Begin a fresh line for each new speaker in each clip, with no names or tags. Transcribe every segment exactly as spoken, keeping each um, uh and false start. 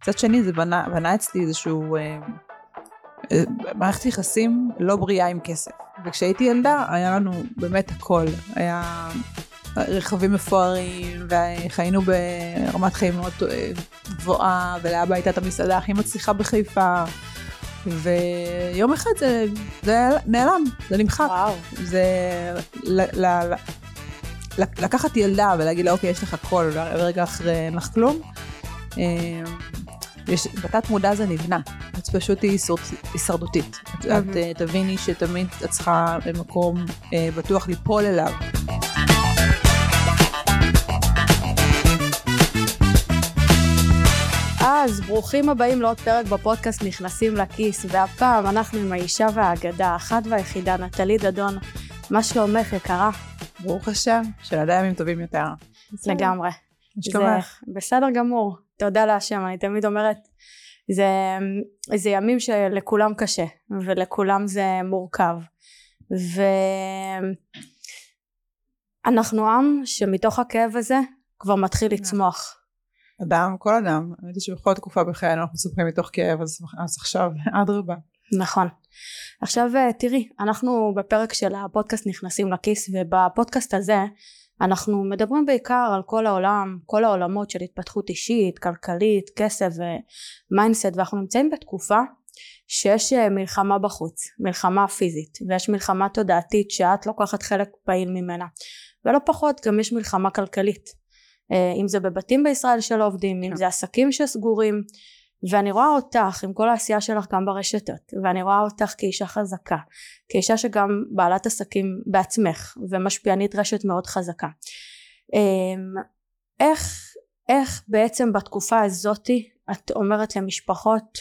מצד שני זה בנה, בנה אצלי איזשהו אה, אה, מערכת יחסים לא בריאה עם כסף. וכשהייתי ילדה היה לנו באמת הכל, היה רכבים מפוארים, וחיינו ברמת חיים מאוד גבוהה, ולאבא הייתה את המסעדה הכי מצליחה בחיפה, ויום אחד זה, זה נעלם, זה נמחק.
וואו.
זה ל, ל, ל, לקחת ילדה ולהגיד לה, אוקיי, יש לך הכל, ורגע אחרי אין לך כלום. יש, בתת מודע זה נבנה, את פשוט היא הישרדותית. את, את תביני שתמיד את צריכה במקום בטוח ליפול אליו.
אז ברוכים הבאים לעוד פרק בפודקאסט נכנסים לכיס, והפעם אנחנו עם האישה והאגדה, האחת והיחידה, נטלי דדון. מה שלומך יקרה?
ברוך השם, שלעדי ימים טובים יותר.
לגמרי.
זה
בסדר גמור, תודה להשם, אני תמיד אומרת, זה, זה ימים שלכולם קשה, ולכולם זה מורכב, ואנחנו עם שמתוך הכאב הזה כבר מתחיל לצמוח.
אדם, כל אדם, אני יודעת שבכל תקופה בחיינו אנחנו צומחים מתוך כאב, אז, אז עכשיו עד רבה.
נכון. עכשיו תראי, אנחנו בפרק של הפודקאסט נכנסים לכיס, ובפודקאסט הזה אנחנו מדברים בעיקר על כל העולם, כל העולמות של התפתחות אישית, כלכלית, כסף ומיינדסט, ואנחנו נמצאים בתקופה שיש מלחמה בחוץ, מלחמה פיזית, ויש מלחמה תודעתית שאת לוקחת חלק פעיל ממנה, ולא פחות גם יש מלחמה כלכלית, אם זה בבתים בישראל של עובדים, אם זה עסקים שסגורים, ואני רואה אותך עם כל העשייה שלך גם ברשתות, ואני רואה אותך כאישה חזקה, כאישה שגם בעלת עסקים בעצמך, ומשפיענית רשת מאוד חזקה. איך, איך בעצם בתקופה הזאת את אומרת למשפחות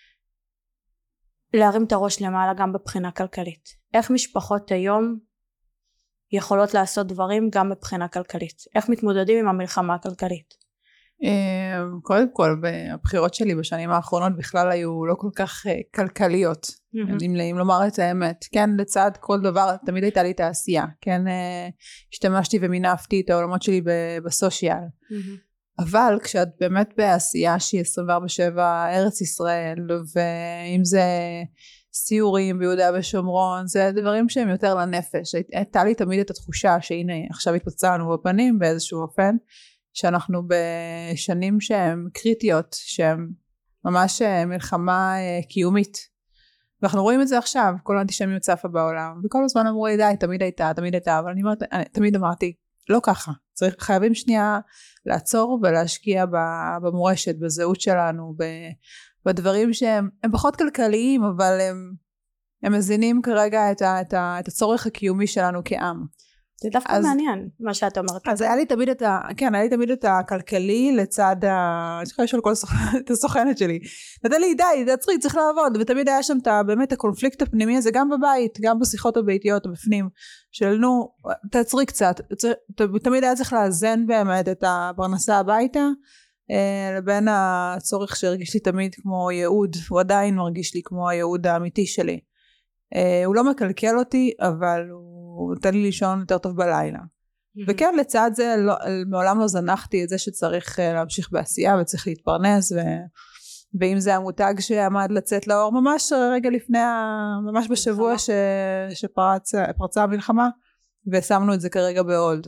להרים את הראש למעלה גם בבחינה כלכלית? איך משפחות היום יכולות לעשות דברים גם בבחינה כלכלית? איך מתמודדים עם המלחמה הכלכלית?
קודם כל, הבחירות שלי בשנים האחרונות בכלל היו לא כל כך כלכליות, אם לומר את האמת. כן, לצד כל דבר תמיד הייתה לי תעשייה, כן, השתמשתי ומינפתי את העולמות שלי בסושיאל, אבל כשאת באמת בעשייה שהיא עשרים וארבע שבע ארץ ישראל, ואם זה סיורים ביהודה ושומרון, זה דברים שהם יותר לנפש. הייתה לי תמיד את התחושה שהנה עכשיו התפוצצה לנו בפנים באיזשהו אופן, שאנחנו בשנים שהן קריטיות, שהן ממש מלחמה קיומית, ואנחנו רואים את זה עכשיו, כל האנטישמיות צפה בעולם, וכל הזמן אמרו לי די, תמיד הייתה, תמיד הייתה, אבל אני אמרת, תמיד אמרתי, לא ככה, צריך, חייבים שנייה לעצור ולהשקיע במורשת, בזהות שלנו, בדברים שהם הם פחות כלכליים, אבל הם, הם מזינים כרגע את, ה, את, ה, את הצורך הקיומי שלנו כעם.
זה דווקא אז, מעניין מה שאת אומרת.
אז היה לי תמיד את ה... כן, היה לי תמיד את הכלכלי לצד ה... אני צריכה לשאול כל סוכ... את הסוכנת שלי. נתן לי, די, תעצרי, צריך לעבוד. ותמיד היה שם את, באמת הקונפליקט הפנימי הזה, גם בבית, גם בשיחות הביתיות בפנים, של נו, תעצרי קצת. תמיד היה צריך לאזן באמת את הפרנסה הביתה, לבין הצורך שהרגיש לי תמיד כמו ייעוד. הוא עדיין מרגיש לי כמו הייעוד האמיתי שלי. הוא לא מקלקל אותי, אבל הוא... הוא נתן לי לישון יותר טוב בלילה. Mm-hmm. וכן, לצד זה, לא, מעולם לא זנחתי את זה שצריך להמשיך בעשייה, וצריך להתפרנס, ו... ואם זה המותג שעמד לצאת לאור, ממש רגע לפני, ממש בשבוע ש... שפרצה המלחמה, ושמנו את זה כרגע בהולד.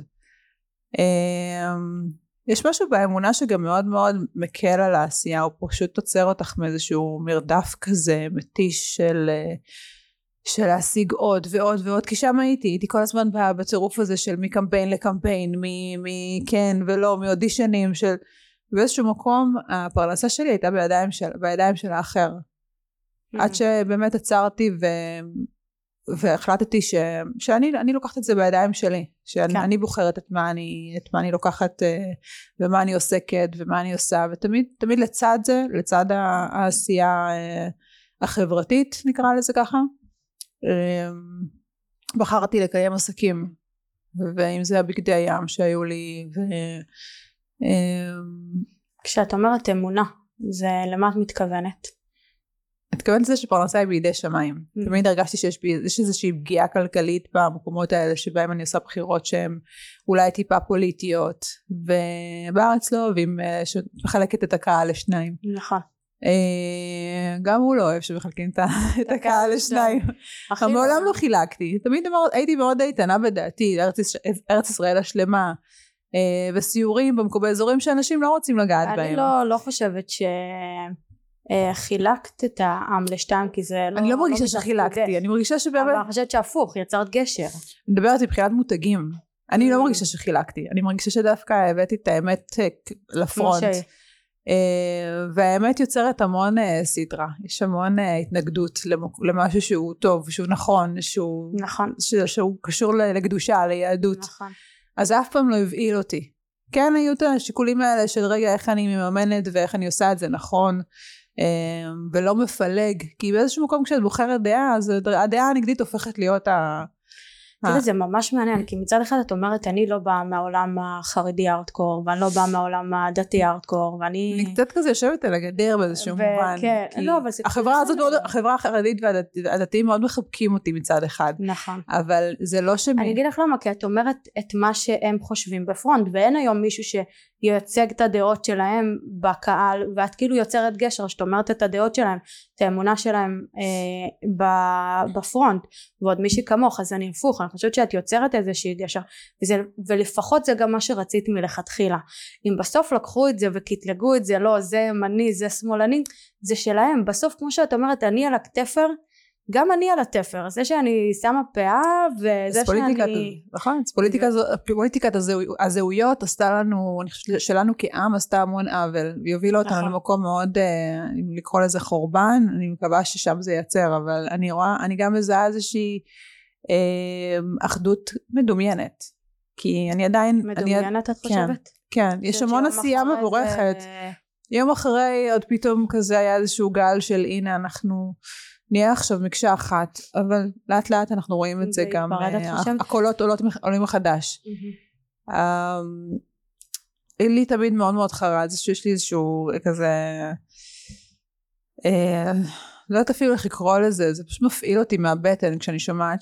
יש משהו באמונה שגם מאוד מאוד מקל על העשייה, הוא פשוט תוצר אותך מאיזשהו מרדף כזה, מתיש של... של להשיג עוד ועוד ועוד, כי שם הייתי, הייתי כל הזמן בצירוף הזה של מקמפיין לקמפיין, מכן ולא, מאודישנים של, באיזשהו מקום, הפרנסה שלי הייתה בידיים של, בידיים של האחר. Mm-hmm. עד שבאמת עצרתי ו, והחלטתי ש, שאני, אני לוקחת את זה בידיים שלי, שאני כן. אני בוחרת את מה אני, את מה אני לוקחת, ומה אני עוסקת, ומה אני עושה, ותמיד, תמיד לצד זה, לצד העשייה החברתית, נקרא לזה ככה, בחרתי לקיים עסקים, ואם זה הבגדי הים שהיו לי. ו...
כשאת אומרת אמונה, זה למה את מתכוונת?
את מתכוונת לזה שפרנסה היא בידי שמיים. תמיד הרגשתי שיש איזושהי פגיעה כלכלית במקומות האלה שבהם אני עושה בחירות שהן אולי טיפה פוליטיות, ובארץ לא אוהבים שמחלקת את הקהל לשניים.
נכון.
גם הוא לא אוהב שמחלקים את הקהל לשניים. מעולם לא חילקתי, תמיד הייתי מאוד איתנה בדעתי, ארץ ישראל השלמה, וסיורים באזורים שאנשים לא רוצים לגעת בהם.
אני לא חושבת ש... חילקת את העם לשתיים, כי זה לא...
אני לא מרגישה שחילקתי, אני מרגישה שבאמת...
אבל אני חושבת שהפוך, יצרת גשר.
אני מדברת מבחינת מותגים. אני לא מרגישה שחילקתי, אני מרגישה שדווקא הבאתי את האמת לפרונט. והאמת יוצרת המון סדרה, יש המון התנגדות למשהו שהוא טוב, שהוא נכון, שהוא קשור לקדושה, ליהדות. אז אף פעם לא הבעיל אותי. כן, היו את השיקולים האלה של רגע איך אני מממנת ואיך אני עושה את זה נכון, ולא מפלג, כי באיזשהו מקום כשאת בוחרת דעה, אז הדעה הנגדית הופכת להיות ה...
תראה, זה ממש מעניין, כי מצד אחד את אומרת, אני לא באה מהעולם החרדי הארדקור, ואני לא באה מהעולם הדתי הארדקור, ואני...
אני קצת כזה יושבת על הגדר באיזשהו מובן.
כן, לא, אבל זה...
החברה הזאת, החברה החרדית והדתיים מאוד מחבקים אותי מצד אחד.
נכון.
אבל זה לא שמי...
אני אגיד לך למה, כי את אומרת את מה שהם חושבים בפרונט, ואין היום מישהו שייצג את הדעות שלהם בקהל, ואת כאילו יוצרת גשר, שאת אומרת את הדעות שלהם, את האמונה שלהם בפרונט, ועוד מישהי כמוך, אז אני הפוך, אני חושבת שאת יוצרת איזושהי גשר, וזה, ולפחות זה גם מה שרצית מלכתחילה. אם בסוף לקחו את זה וקטלגו את זה, לא, זה ימני, זה שמאלני, זה שלהם. בסוף, כמו שאת אומרת, אני על הכתפר, גם אני על התפר, זה שאני שמה פאה, וזה שאני...
נכון, פוליטיקת הזהויות עשתה לנו, אני חושבת שלנו כעם עשתה המון עוול, והובילה אותנו למקום מאוד, אם לקרוא לזה חורבן, אני מקווה ששם זה ייצר, אבל אני רואה, אני גם מזהה איזושהי אחדות מדומיינת, כי אני עדיין...
מדומיינת את חושבת?
כן, יש המון עשייה מבורכת, יום אחרי עוד פתאום כזה היה איזשהו גל של הנה אנחנו... נהיה עכשיו מקשה אחת, אבל לאט לאט אנחנו רואים את זה גם, הקולות עולים מחדש. לי תמיד מאוד מאוד חרד, זה שיש לי איזשהו כזה, לא יודעת אפילו איך לקרוא לזה, זה פשוט מפעיל אותי מהבטן, כשאני שומעת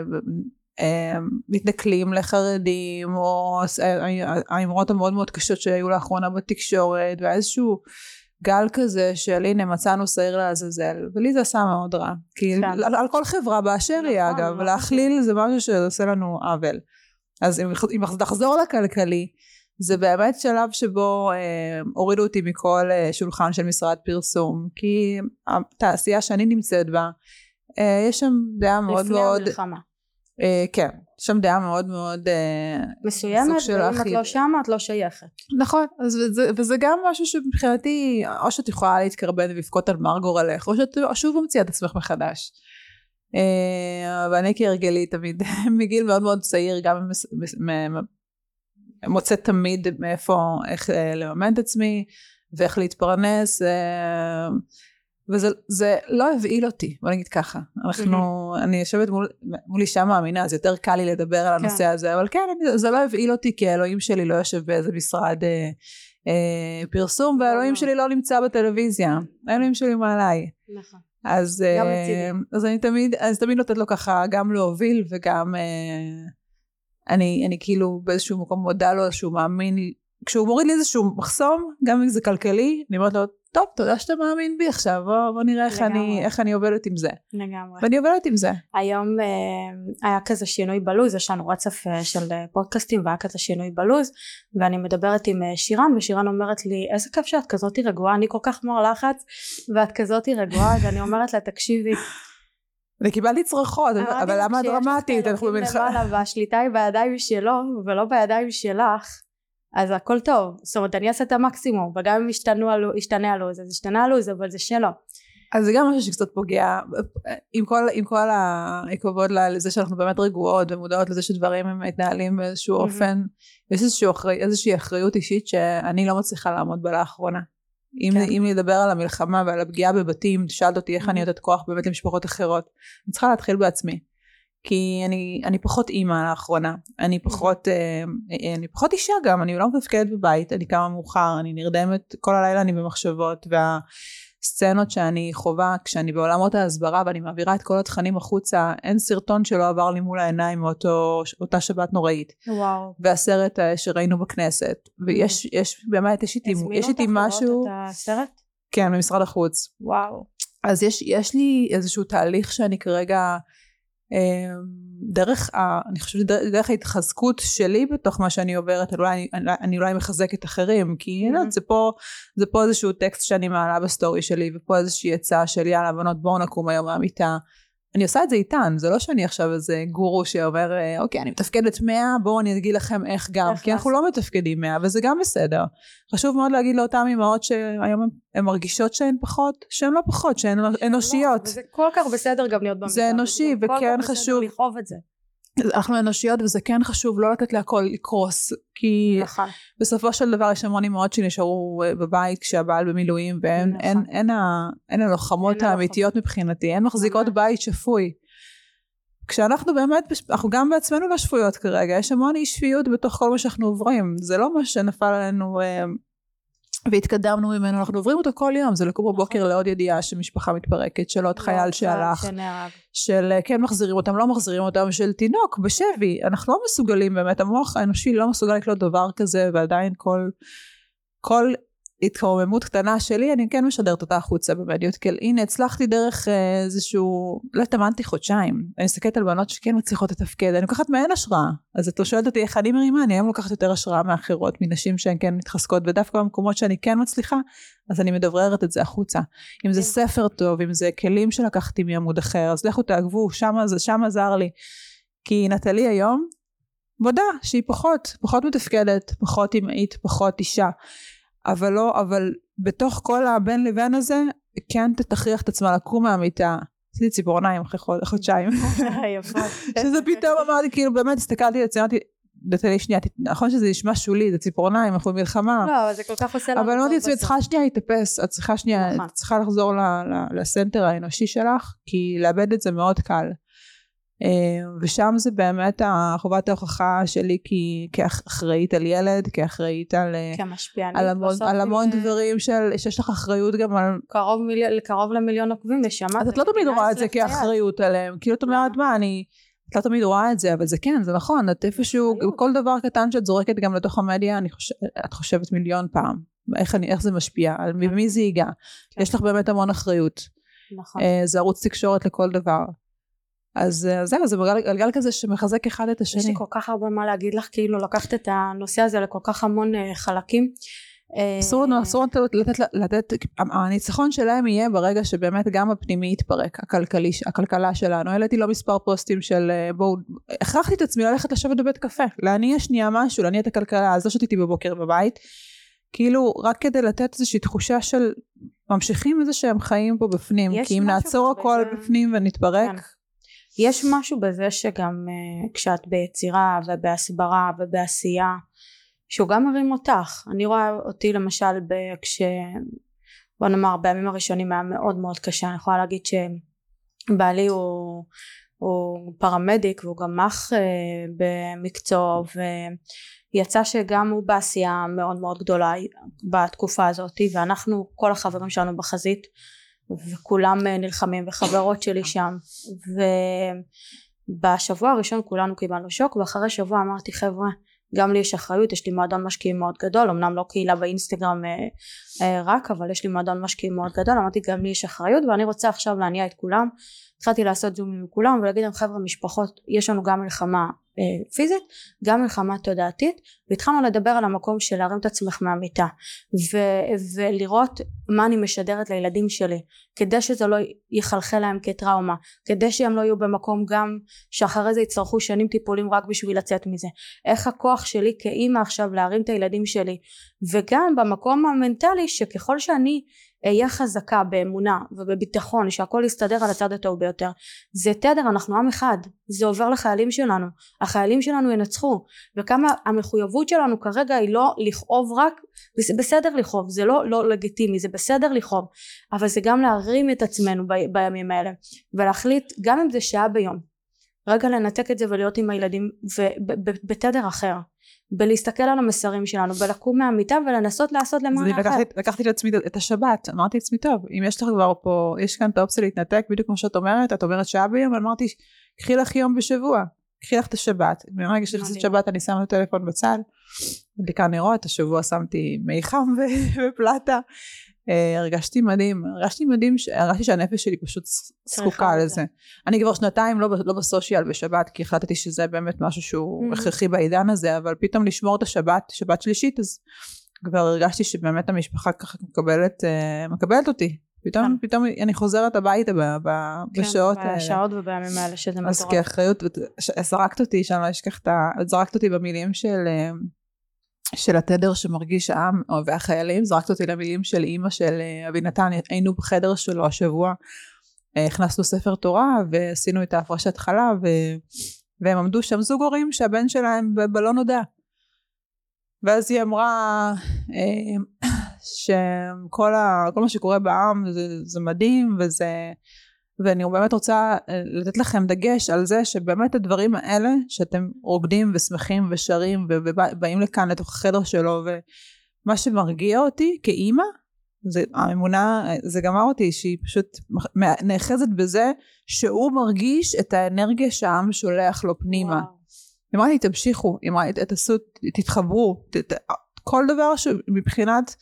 שמתנכלים לחרדים, או האמרות המאוד מאוד קשות שהיו לאחרונה בתקשורת, ואיזשהו, גל כזה של הנה מצאנו שעיר לעזאזל, ולי זה עשה מאוד רע, כי על, על כל חברה באשר היא אגב, להכליל זה משהו שעושה לנו עוול. אז אם, אם תחזור לכלכלי, זה באמת שלב שבו אה, הורידו אותי מכל אה, שולחן של משרד פרסום, כי התעשייה שאני נמצאת בה, אה, יש שם דעה מאוד מאוד... לפני המלחמה. אה, כן, שם דעה מאוד מאוד
מסוימת, ואם את לא שם את לא שייכת.
נכון, אז וזה, וזה גם משהו שמבחינתי, או שאת יכולה להתקרבן ולבכות על מר גורלך, או שאת שוב ממציאה את עצמך מחדש. ואני כהרגלי תמיד, מגיל מאוד מאוד צעיר, גם מוצאת תמיד מאיפה, איך לממן את עצמי, ואיך להתפרנס, וזה זה לא הבעיל אותי, בוא נגיד ככה, אנחנו, אני יושבת מול, מול אישה מאמינה, אז יותר קל לי לדבר על הנושא הזה, אבל כן, זה לא הבעיל אותי, כי האלוהים שלי לא יושב באיזה משרד אה, אה, פרסום, והאלוהים שלי לא נמצא בטלוויזיה, האלוהים שלי מעליי. נכון. אז, אה, אז אני תמיד, אז תמיד נותנת לו ככה, גם להוביל, וגם, אה, אני, אני כאילו באיזשהו מקום מודה לו, שהוא מאמין, כשהוא מוריד לי איזשהו מחסום, גם אם זה כלכלי, אני אומרת לו, טוב, תודה שאתה מאמין בי עכשיו, בוא, בוא נראה איך אני, איך אני עובדת עם זה.
לגמרי.
ואני עובדת עם זה.
היום אה, היה כזה שינוי בלוז, יש לנו רצף אה, של פודקאסטים, והיה כזה שינוי בלוז, ואני מדברת עם אה, שירן, ושירן אומרת לי, איזה כיף שאת כזאת רגועה, אני כל כך מור לחץ, ואת כזאת רגועה, ואני אומרת לה, תקשיבי.
אני קיבלתי צרכות, אבל למה דרמטית? אנחנו במלחמה.
והשליטה היא בידיים שלו, ולא בידיים שלך. אז הכל טוב, זאת אומרת אני אעשה את המקסימום, וגם אם ישתנה הלו"ז, אז ישתנה הלו"ז, אבל זה שלו.
אז זה גם משהו שקצת פוגע, עם כל, עם כל הכבוד לזה שאנחנו באמת רגועות, ומודעות לזה שדברים הם מתנהלים באיזשהו אופן, יש איזושהי, אחרי, איזושהי אחריות אישית שאני לא מצליחה לעמוד בה לאחרונה. אם, כן. אם לדבר על המלחמה ועל הפגיעה בבתים, שאלת אותי איך אני נותנת כוח באמת למשפחות אחרות, אני צריכה להתחיל בעצמי. כי אני, אני פחות אימא לאחרונה, אני פחות, אני פחות אישה גם, אני לא מתפקדת בבית, אני קמה מאוחר, אני נרדמת, כל הלילה אני במחשבות, סצנות שאני חובה כשאני בעולמות ההסברה ואני מעבירה את כל התכנים החוצה, אין סרטון שלא עבר לי מול העיניים מאותה שבת נוראית.
וואו.
והסרט שראינו בכנסת, ויש יש, באמת, יש איתי, יש איתי משהו...
הזמינו אותך לראות את הסרט?
כן, במשרד החוץ.
וואו.
אז יש, יש לי איזשהו תהליך שאני כרגע, דרך, אני חושבת, דרך ההתחזקות שלי בתוך מה שאני עוברת, אולי, אני, אני אולי מחזקת אחרים, כי mm-hmm. זה פה, זה פה איזשהו טקסט שאני מעלה בסטורי שלי, ופה איזושהי הצעה של יאללה, בנות, בואו נקום היום מהמיטה. אני עושה את זה איתן, זה לא שאני עכשיו איזה גורו שאומר, אוקיי, אני מתפקדת מאה, בואו אני אגיד לכם איך גם, איך כי אנחנו לא מתפקדים מאה, וזה גם בסדר. חשוב מאוד להגיד לאותן אמהות שהיום הן מרגישות שהן פחות, שהן לא פחות, שהן אנושיות.
וזה כל כך בסדר גם להיות במיטה.
זה אנושי, וכן חשוב.
לכאוב את זה.
אנחנו אנושיות, וזה כן חשוב לא לתת להכל לקרוס, כי
נכון.
בסופו של דבר יש המון אמהות שנשארו בבית כשהבעל במילואים, ואין נכון. אין, אין, אין הלוחמות האמיתיות מבחינתי, הן מחזיקות בית שפוי. כשאנחנו באמת, אנחנו גם בעצמנו לא שפויות כרגע, יש המון אי שפיות בתוך כל מה שאנחנו עוברים, זה לא מה שנפל עלינו והתקדמנו ממנו, אנחנו עוברים אותו כל יום, זה לקום בבוקר לעוד ידיעה שמשפחה מתפרקת, של עוד חייל שהלך, של כן מחזירים אותם, לא מחזירים אותם, של תינוק בשבי, אנחנו לא מסוגלים באמת, המוח האנושי לא מסוגל לקלוט דבר כזה, ועדיין כל, כל התקוממות קטנה שלי, אני כן משדרת אותה החוצה במדיות, כי הנה הצלחתי דרך איזשהו, לא התאמנתי חודשיים, אני מסתכלת על בנות שכן מצליחות לתפקד, אני לוקחת מהן השראה, אז את שואלת אותי איך אני מרימה, אני היום לוקחת יותר השראה מאחרות, מנשים שהן כן מתחזקות, ודווקא במקומות שאני כן מצליחה, אז אני מדבררת את זה החוצה, אם זה ספר טוב, אם זה כלים שלקחתי מעמוד אחר, אז לכו תעגבו, שמה זה, שמה עזר לי, כי נטלי היום, מודה שהיא פחות, פחות מתפקדת, פחות אמהית, פחות אישה, אבל לא, אבל בתוך כל הבין לבין הזה, כן תכריח את עצמה לקום מהמיטה, עשיתי ציפורניים אחרי חודשיים, שזה פתאום אמרתי, כאילו באמת הסתכלתי לציינתי, דתלי שנייה, נכון שזה נשמע שולי, זה ציפורניים, אנחנו במלחמה,
לא, זה כל כך עושה לנו,
אבל אמרתי לעצמי, צריכה שנייה להתאפס, את צריכה שנייה, את צריכה לחזור לסנטר האנושי שלך, כי לאבד את זה מאוד קל, ושם זה באמת חובת ההוכחה שלי כאחראית על ילד, כאחראית על על המון דברים שיש לך אחריות גם על
קרוב למיליון עוקבים נשמה.
אז את לא תמיד רואה את זה כאחריות עליהם, כאילו את אומרת מה, אני את לא תמיד רואה את זה, אבל זה כן, זה נכון, את איפשהו, כל דבר קטן שאת זורקת גם לתוך המדיה, את חושבת מיליון פעם, איך זה משפיע, על מי זה ייגע, יש לך באמת המון אחריות, זה ערוץ תקשורת לכל דבר. אז זהו, זה גלגל כזה שמחזק אחד את השני.
יש לי כל כך הרבה מה להגיד לך, כאילו לקחת את הנושא הזה לכל כך המון חלקים.
אסור לנו, אסור לתת, לתת, הניצחון שלהם יהיה ברגע שבאמת גם הפנימי יתפרק, הכלכלי, הכלכלה שלנו. העליתי לא מספר פוסטים של בואו, הכרחתי את עצמי ללכת לשבת בבית קפה, להניע שנייה משהו, להניע את הכלכלה, אז לא שתיתי בבוקר בבית, כאילו רק כדי לתת איזושהי תחושה של ממשיכים איזה שהם חיים פה בפנים, כי אם נעצור הכל בפנים ונתפרק,
יש משהו בזה שגם uh, כשאת ביצירה ובהסברה ובעשייה, שהוא גם מרים אותך. אני רואה אותי למשל, כש... בוא נאמר, בימים הראשונים היה מאוד מאוד קשה. אני יכולה להגיד שבעלי הוא, הוא פרמדיק, והוא גם מח uh, במקצוע, ויצא שגם הוא בעשייה מאוד מאוד גדולה בתקופה הזאת, ואנחנו, כל החברים שלנו בחזית, וכולם נלחמים, וחברות שלי שם, ובשבוע הראשון כולנו קיבלנו שוק, ואחרי שבוע אמרתי חבר'ה, גם לי יש אחריות, יש לי מועדון משקיעים מאוד גדול, אמנם לא קהילה באינסטגרם רק, אבל יש לי מועדון משקיעים מאוד גדול, אמרתי גם לי יש אחריות, ואני רוצה עכשיו להניע את כולם, התחלתי לעשות זומים עם כולם, ולהגיד להם חבר'ה משפחות, יש לנו גם מלחמה פיזית, גם מלחמה תודעתית, והתחלנו לדבר על המקום של להרים את עצמך מהמיטה, ו- ולראות מה אני משדרת לילדים שלי, כדי שזה לא יחלחל להם כטראומה, כדי שהם לא יהיו במקום גם שאחרי זה יצטרכו שנים טיפולים רק בשביל לצאת מזה. איך הכוח שלי כאימא עכשיו להרים את הילדים שלי, וגם במקום המנטלי שככל שאני אהיה חזקה באמונה ובביטחון שהכל יסתדר על הצד הטוב ביותר, זה תדר, אנחנו עם אחד, זה עובר לחיילים שלנו, החיילים שלנו ינצחו, וכמה המחויבות שלנו כרגע היא לא לכאוב רק, זה בסדר לכאוב, זה לא, לא לגיטימי, זה בסדר לכאוב, אבל זה גם להרים את עצמנו ב, בימים האלה, ולהחליט גם אם זה שעה ביום, רגע לנתק את זה ולהיות עם הילדים בתדר אחר, בלהסתכל על המסרים שלנו, בלקום מהמיטה ולנסות לעשות למען אחר.
לקחתי, לקחתי לעצמי את השבת, אמרתי לעצמי טוב, אם יש לך כבר פה, יש כאן את האופציה להתנתק, בדיוק כמו שאת אומרת, את אומרת שעה ביום, אבל אמרתי, קחי לך יום בשבוע, קחי לך את השבת, ברגע שתכנסית שבת אני שמה את הטלפון בצד, מדליקה נרות, השבוע שמתי מי חם ופלטה, הרגשתי מדהים, הרגשתי מדהים, הרגשתי שהנפש שלי פשוט זקוקה לזה. אני כבר שנתיים לא, לא בסושיאל בשבת, כי החלטתי שזה באמת משהו שהוא הכרחי בעידן הזה, אבל פתאום לשמור את השבת, שבת שלישית, אז כבר הרגשתי שבאמת המשפחה ככה מקבלת, מקבלת אותי. פתאום, פתאום אני חוזרת הביתה בשעות האלה.
בשעות ובימים האלה שזה מטורף.
אז כאחריות, זרקת אותי, שאני לא אשכח את ה... זרקת אותי במילים של... של התדר שמרגיש העם והחיילים, זרקת אותי למילים של אימא של אבי נתן, היינו בחדר שלו השבוע, הכנסנו ספר תורה ועשינו את ההפרשת חלב, והם עמדו שם זוג הורים שהבן שלהם בלא נודע, ואז היא אמרה שכל ה, כל מה שקורה בעם זה, זה מדהים, וזה, ואני באמת רוצה לתת לכם דגש על זה שבאמת הדברים האלה שאתם רוקדים ושמחים ושרים ובאים לכאן לתוך החדר שלו, ומה שמרגיע אותי כאימא, זה, האמונה, זה גמר אותי שהיא פשוט נאחזת בזה שהוא מרגיש את האנרגיה שהעם שולח לו פנימה. היא אמרה לי תמשיכו, היא אמרה לי תעשו, תתחברו, ת, כל דבר שמבחינת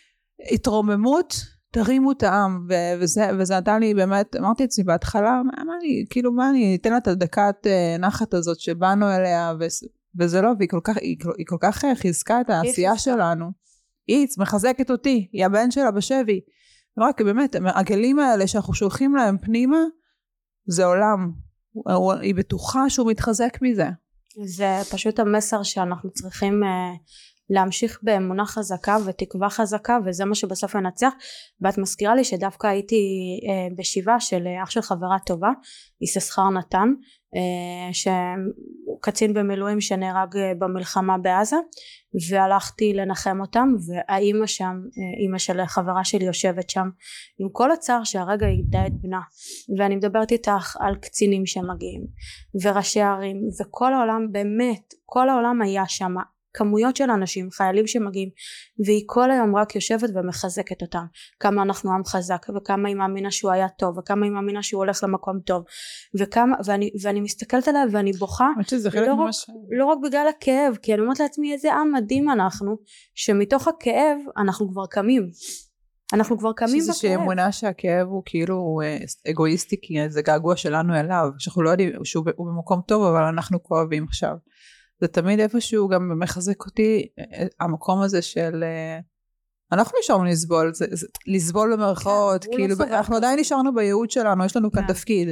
התרוממות תרימו את העם, וזה, וזה נתן לי באמת, אמרתי אצלי בהתחלה, מה אני, כאילו מה אני אתן לה את הדקת נחת הזאת שבאנו אליה, וזה לא, והיא כל כך, היא, היא כל כך חיזקה את העשייה שלנו, היא מחזקת אותי, היא הבן שלה בשבי, רק באמת, הגלים האלה שאנחנו שולחים להם פנימה, זה עולם, היא בטוחה שהוא מתחזק מזה.
זה פשוט המסר שאנחנו צריכים להמשיך באמונה חזקה ותקווה חזקה, וזה מה שבסוף ינצח. ואת מזכירה לי שדווקא הייתי אה, בשבעה של אח של חברה טובה, יששכר נתן, אה, שהוא קצין במילואים שנהרג במלחמה בעזה, והלכתי לנחם אותם, והאימא שם, אה, אימא של חברה שלי יושבת שם עם כל הצער שהרגע איבדה את בנה, ואני מדברת איתך על קצינים שמגיעים וראשי ערים וכל העולם, באמת כל העולם היה שם, כמויות של אנשים, חיילים שמגיעים, והיא כל היום רק יושבת ומחזקת אותם, כמה אנחנו עם חזק, וכמה היא מאמינה שהוא היה טוב, וכמה היא מאמינה שהוא הולך למקום טוב, וכמה, ואני, ואני מסתכלת עליה ואני בוכה, לא, ממש... רק, לא רק בגלל הכאב, כי אני אומרת לעצמי איזה עם מדהים אנחנו, שמתוך הכאב אנחנו כבר קמים, אנחנו כבר קמים בכאב.
שזה שאמונה שהכאב הוא כאילו אגואיסטי, כי זה געגוע שלנו אליו, שאנחנו לא יודעים שהוא במקום טוב, אבל אנחנו כואבים עכשיו. זה תמיד איפשהו גם מחזק אותי, המקום הזה של, אנחנו נשארנו לסבול, זה, זה, לסבול במרכאות, כן, כאילו, לא אנחנו עדיין נשארנו בייעוד שלנו, יש לנו כאן כן. תפקיד.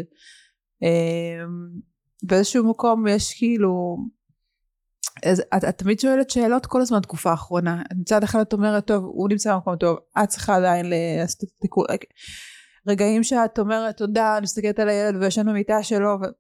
באיזשהו מקום יש כאילו, את, את תמיד שואלת שאלות כל הזמן תקופה האחרונה, מצד אחד את אומרת, טוב, הוא נמצא במקום טוב, את צריכה עדיין לעשות תיקון, רגעים שאת אומרת, תודה, נסתכלת על הילד ויש לנו מיטה שלו, ו...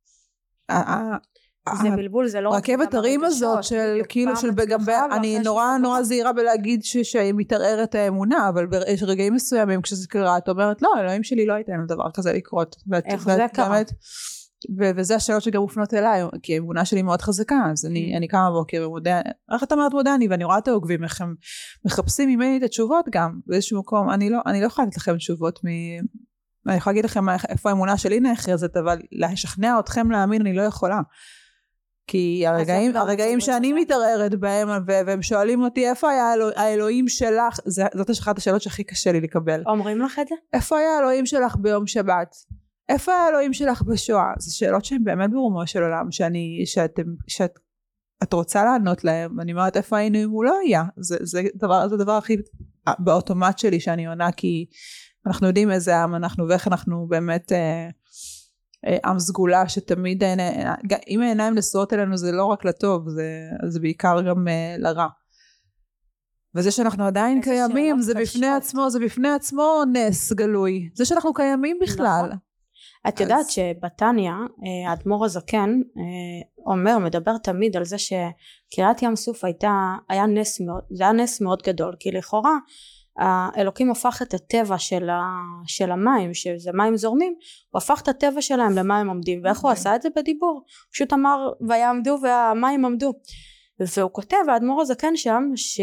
זה בלבול, זה לא
רכבת הרים הזאת של כאילו של גם אני נורא נורא זהירה בלהגיד שמתערערת האמונה, אבל ברגעים מסוימים כשזה קרה את אומרת לא, אלוהים שלי לא הייתה לנו דבר כזה לקרות.
איך זה קרה?
וזה השאלות שגם מופנות אליי, כי האמונה שלי מאוד חזקה, אז אני קמה בבוקר ומודה, איך אתה אומרת מודעני, ואני רואה את העוקבים, איך הם מחפשים ממני את התשובות גם, באיזשהו מקום, אני לא יכולה לתת לכם תשובות מ... אני יכולה להגיד לכם איפה האמונה שלי נחרזת, אבל לשכנע אתכם להאמין אני לא יכולה. כי הרגעים, הרגעים שאני מתערערת בהם, והם שואלים אותי, איפה היה האלוהים שלך? זאת אחת השאלות שהכי קשה לי לקבל.
אומרים לך את זה?
איפה היה האלוהים שלך ביום שבת? איפה היה האלוהים שלך בשואה? זה שאלות שהן באמת ברומו של עולם, שאני, שאתם, שאת, את רוצה לענות להם, ואני אומרת, איפה היינו אם הוא לא היה? זה, זה דבר, זה דבר הכי באוטומט שלי שאני עונה, כי אנחנו יודעים איזה עם אנחנו, ואיך אנחנו באמת... עם סגולה שתמיד אם העיניים נשואות אלינו זה לא רק לטוב, זה, זה בעיקר גם uh, לרע, וזה שאנחנו עדיין קיימים זה בפני עצמו, זה בפני עצמו נס גלוי, זה שאנחנו קיימים בכלל.
את יודעת שבתניה האדמו"ר הזקן אומר, מדבר תמיד על זה שקריעת ים סוף הייתה, היה נס מאוד, זה היה נס מאוד גדול, כי לכאורה האלוקים הפך את הטבע של, ה, של המים, שזה מים זורמים, הוא הפך את הטבע שלהם למים עומדים, ואיך הוא עשה את זה בדיבור? הוא פשוט אמר ויעמדו והמים עמדו, והוא כותב, האדמו"ר הזקן שם,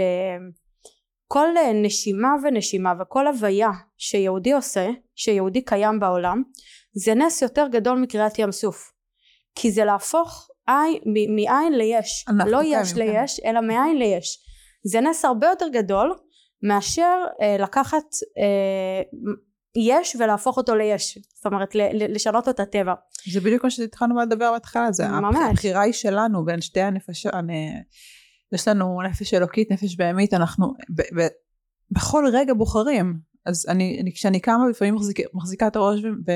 שכל נשימה ונשימה וכל הוויה שיהודי עושה, שיהודי קיים בעולם, זה נס יותר גדול מקריאת ים סוף, כי זה להפוך מעין ליש, לא יש ליש אלא מעין ליש. זה נס הרבה יותר גדול מאשר אה, לקחת אה, יש ולהפוך אותו ליש, זאת אומרת לשנות את הטבע.
זה בדיוק מה שהתחלנו לדבר בהתחלה, זה הבחירה היא שלנו בין שתי הנפשות. יש לנו נפש אלוקית, נפש בהמית, אנחנו ב, ב, בכל רגע בוחרים. אז אני, אני כשאני קמה לפעמים מחזיקה, מחזיקה את הראש ו, ו,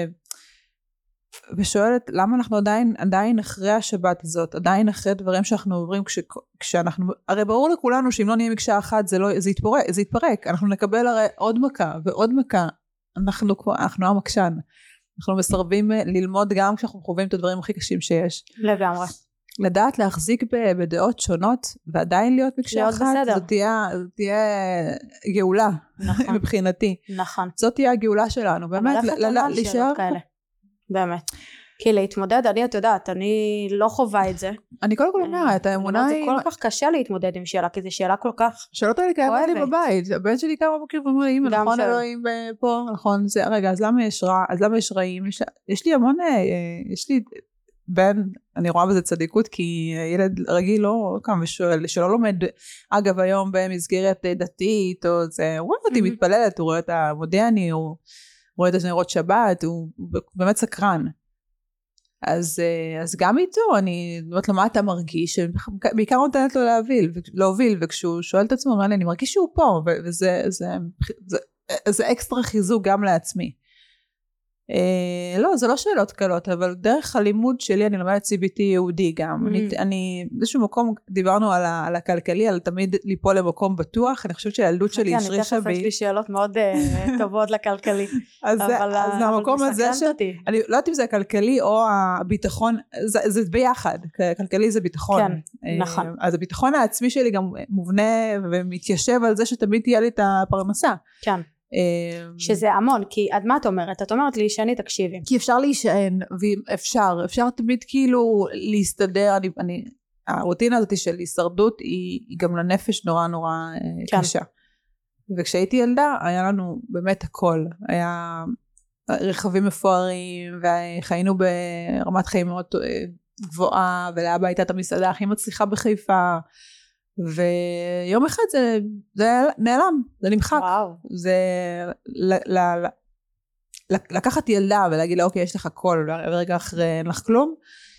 ושואלת למה אנחנו עדיין עדיין אחרי השבת הזאת, עדיין אחרי דברים שאנחנו עוברים, כש, כשאנחנו, הרי ברור לכולנו שאם לא נהיה מקשה אחת זה לא, זה יתפרק, זה יתפרק. אנחנו נקבל הרי עוד מכה ועוד מכה. אנחנו כבר, אנחנו המקשן, אנחנו מסרבים ללמוד גם כשאנחנו חווים את הדברים הכי קשים שיש.
לגמרי.
לדעת להחזיק בדעות שונות ועדיין להיות מקשה אחת, זאת תהיה, זאת תהיה גאולה, נכון. מבחינתי.
נכון.
זאת תהיה הגאולה שלנו, באמת,
להישאר כאלה. באמת. כי להתמודד, אני את יודעת, אני לא חובה את זה.
אני קודם כל אומרת, האמונה היא...
זה כל כך קשה להתמודד עם שאלה, כי זו שאלה כל כך
שאלות האלה קיימת לי בבית, הבן שלי קם בבוקר ואומר לי, נכון אלוהים פה, נכון, זה, רגע, אז למה יש רע, אז למה יש רעים, יש לי המון, יש לי בן, אני רואה בזה צדיקות, כי ילד רגיל לא קם ושואל, שלא לומד, אגב היום במסגרת דתית, או זה, הוא רואה אותי מתפללת, הוא רואה את המודיעני, הוא רואה את הנרות שבת, הוא באמת סקרן. אז, אז גם איתו, אני אומרת לו מה אתה מרגיש, בעיקר נותנת לו להוביל, להוביל, וכשהוא שואל את עצמו, אומר לי, אני מרגיש שהוא פה, וזה זה, זה, זה אקסטרה חיזוק גם לעצמי. אה, לא, זה לא שאלות קלות, אבל דרך הלימוד שלי, אני לומדת סי בי טי יהודי גם, mm. אני, אני, באיזשהו מקום, דיברנו על, ה, על הכלכלי, על תמיד ליפול למקום בטוח, אני חושבת שהילדות שלי השרישה בי.
אני תכף יש לי שאלות מאוד טובות לכלכלי.
אז המקום הזה, אני לא יודעת אם זה הכלכלי או הביטחון, זה ביחד, כלכלי זה ביטחון.
כן, נכון.
אז הביטחון העצמי שלי גם מובנה ומתיישב על זה שתמיד תהיה לי את הפרנסה.
כן. שזה המון, כי עד מה את אומרת? את אומרת לי שאני תקשיבי.
כי אפשר להישען, ואפשר, אפשר תמיד כאילו להסתדר, אני, אני, הרוטינה הזאת של הישרדות היא, היא גם לנפש נורא נורא כן. קשה. וכשהייתי ילדה היה לנו באמת הכל, היה רכבים מפוארים, וחיינו ברמת חיים מאוד גבוהה, ולאבא הייתה את המסעדה הכי מצליחה בחיפה, ויום אחד זה, זה נעלם, זה נמחק.
וואו.
זה ל, ל, ל, לקחת ילדה ולהגיד לה אוקיי יש לך הכל ורגע אחרי אין לך כלום,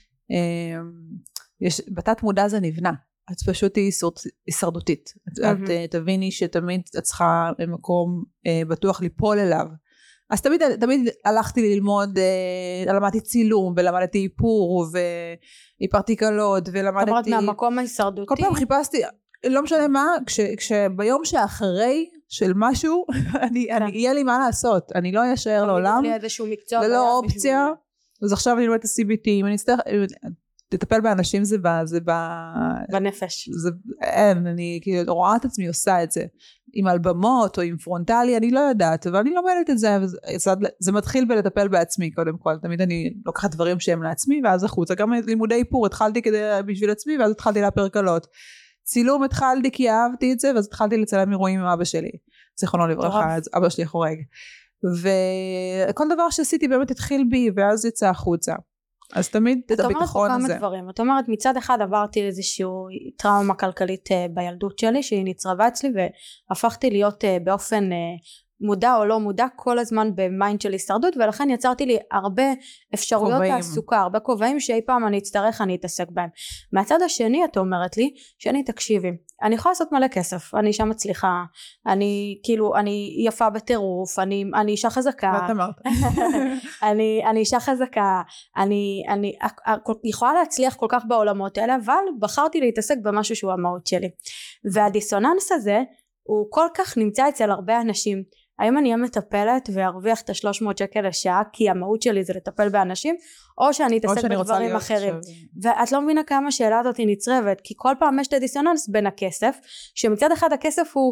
יש, בתת מודע זה נבנה, את פשוט היא הישרדותית, את, mm-hmm. את תביני שתמיד את צריכה במקום בטוח ליפול אליו, אז תמיד, תמיד הלכתי ללמוד, למדתי צילום ולמדתי איפור ואיפרתי קלות ולמדתי...
זאת אומרת מהמקום ההישרדותי.
כל פעם חיפשתי, לא משנה מה, כש, כשביום שאחרי של משהו, אני, אני, יהיה לי מה לעשות, אני לא אשאר לעולם.
לי איזשהו מקצוע.
ללא אופציה, אז עכשיו אני לומדת את ה-סי בי טי, אם אני אצטרך... לטפל באנשים זה ב... זה ב...
בנפש.
זה, אין, אני כאילו רואה את עצמי עושה את זה. עם אלבמות או עם פרונטלי, אני לא יודעת, אבל אני לומדת את זה, וזה, זה מתחיל בלטפל בעצמי קודם כל, תמיד אני לוקחת דברים שהם לעצמי, ואז החוצה, גם לימודי איפור, התחלתי כדי, בשביל עצמי, ואז התחלתי להפר קלות. צילום התחלתי כי אהבתי את זה, ואז התחלתי לצלם אירועים עם אבא שלי, זיכרונו לברכה, אבא שלי חורג. וכל דבר שעשיתי באמת התחיל בי, ואז יצא החוצה. אז תמיד את הביטחון הזה.
את אומרת פה כמה דברים, את אומרת מצד אחד עברתי איזשהו טראומה כלכלית בילדות שלי שהיא נצרבה אצלי והפכתי להיות באופן מודע או לא מודע כל הזמן במיינד של הישרדות, ולכן יצרתי לי הרבה אפשרויות תעסוקה, הרבה כובעים שאי פעם אני אצטרך אני אתעסק בהם. מהצד השני את אומרת לי שאני תקשיבי, אני יכולה לעשות מלא כסף, אני אישה מצליחה, אני כאילו אני יפה בטירוף, אני, אני אישה חזקה,
מה את אמרת?
אני, אני אישה חזקה, אני, אני יכולה להצליח כל כך בעולמות האלה, אבל בחרתי להתעסק במשהו שהוא המהות שלי, והדיסוננס הזה הוא כל כך נמצא אצל הרבה אנשים. האם אני אהיה מטפלת וארוויח את ה-שלוש מאות שקל לשעה כי המהות שלי זה לטפל באנשים, או שאני אתעסק בדברים אחרים. ואת לא מבינה כמה שאלה הזאת היא נצרבת, כי כל פעם יש את הדיסוננס בין הכסף, שמצד אחד הכסף הוא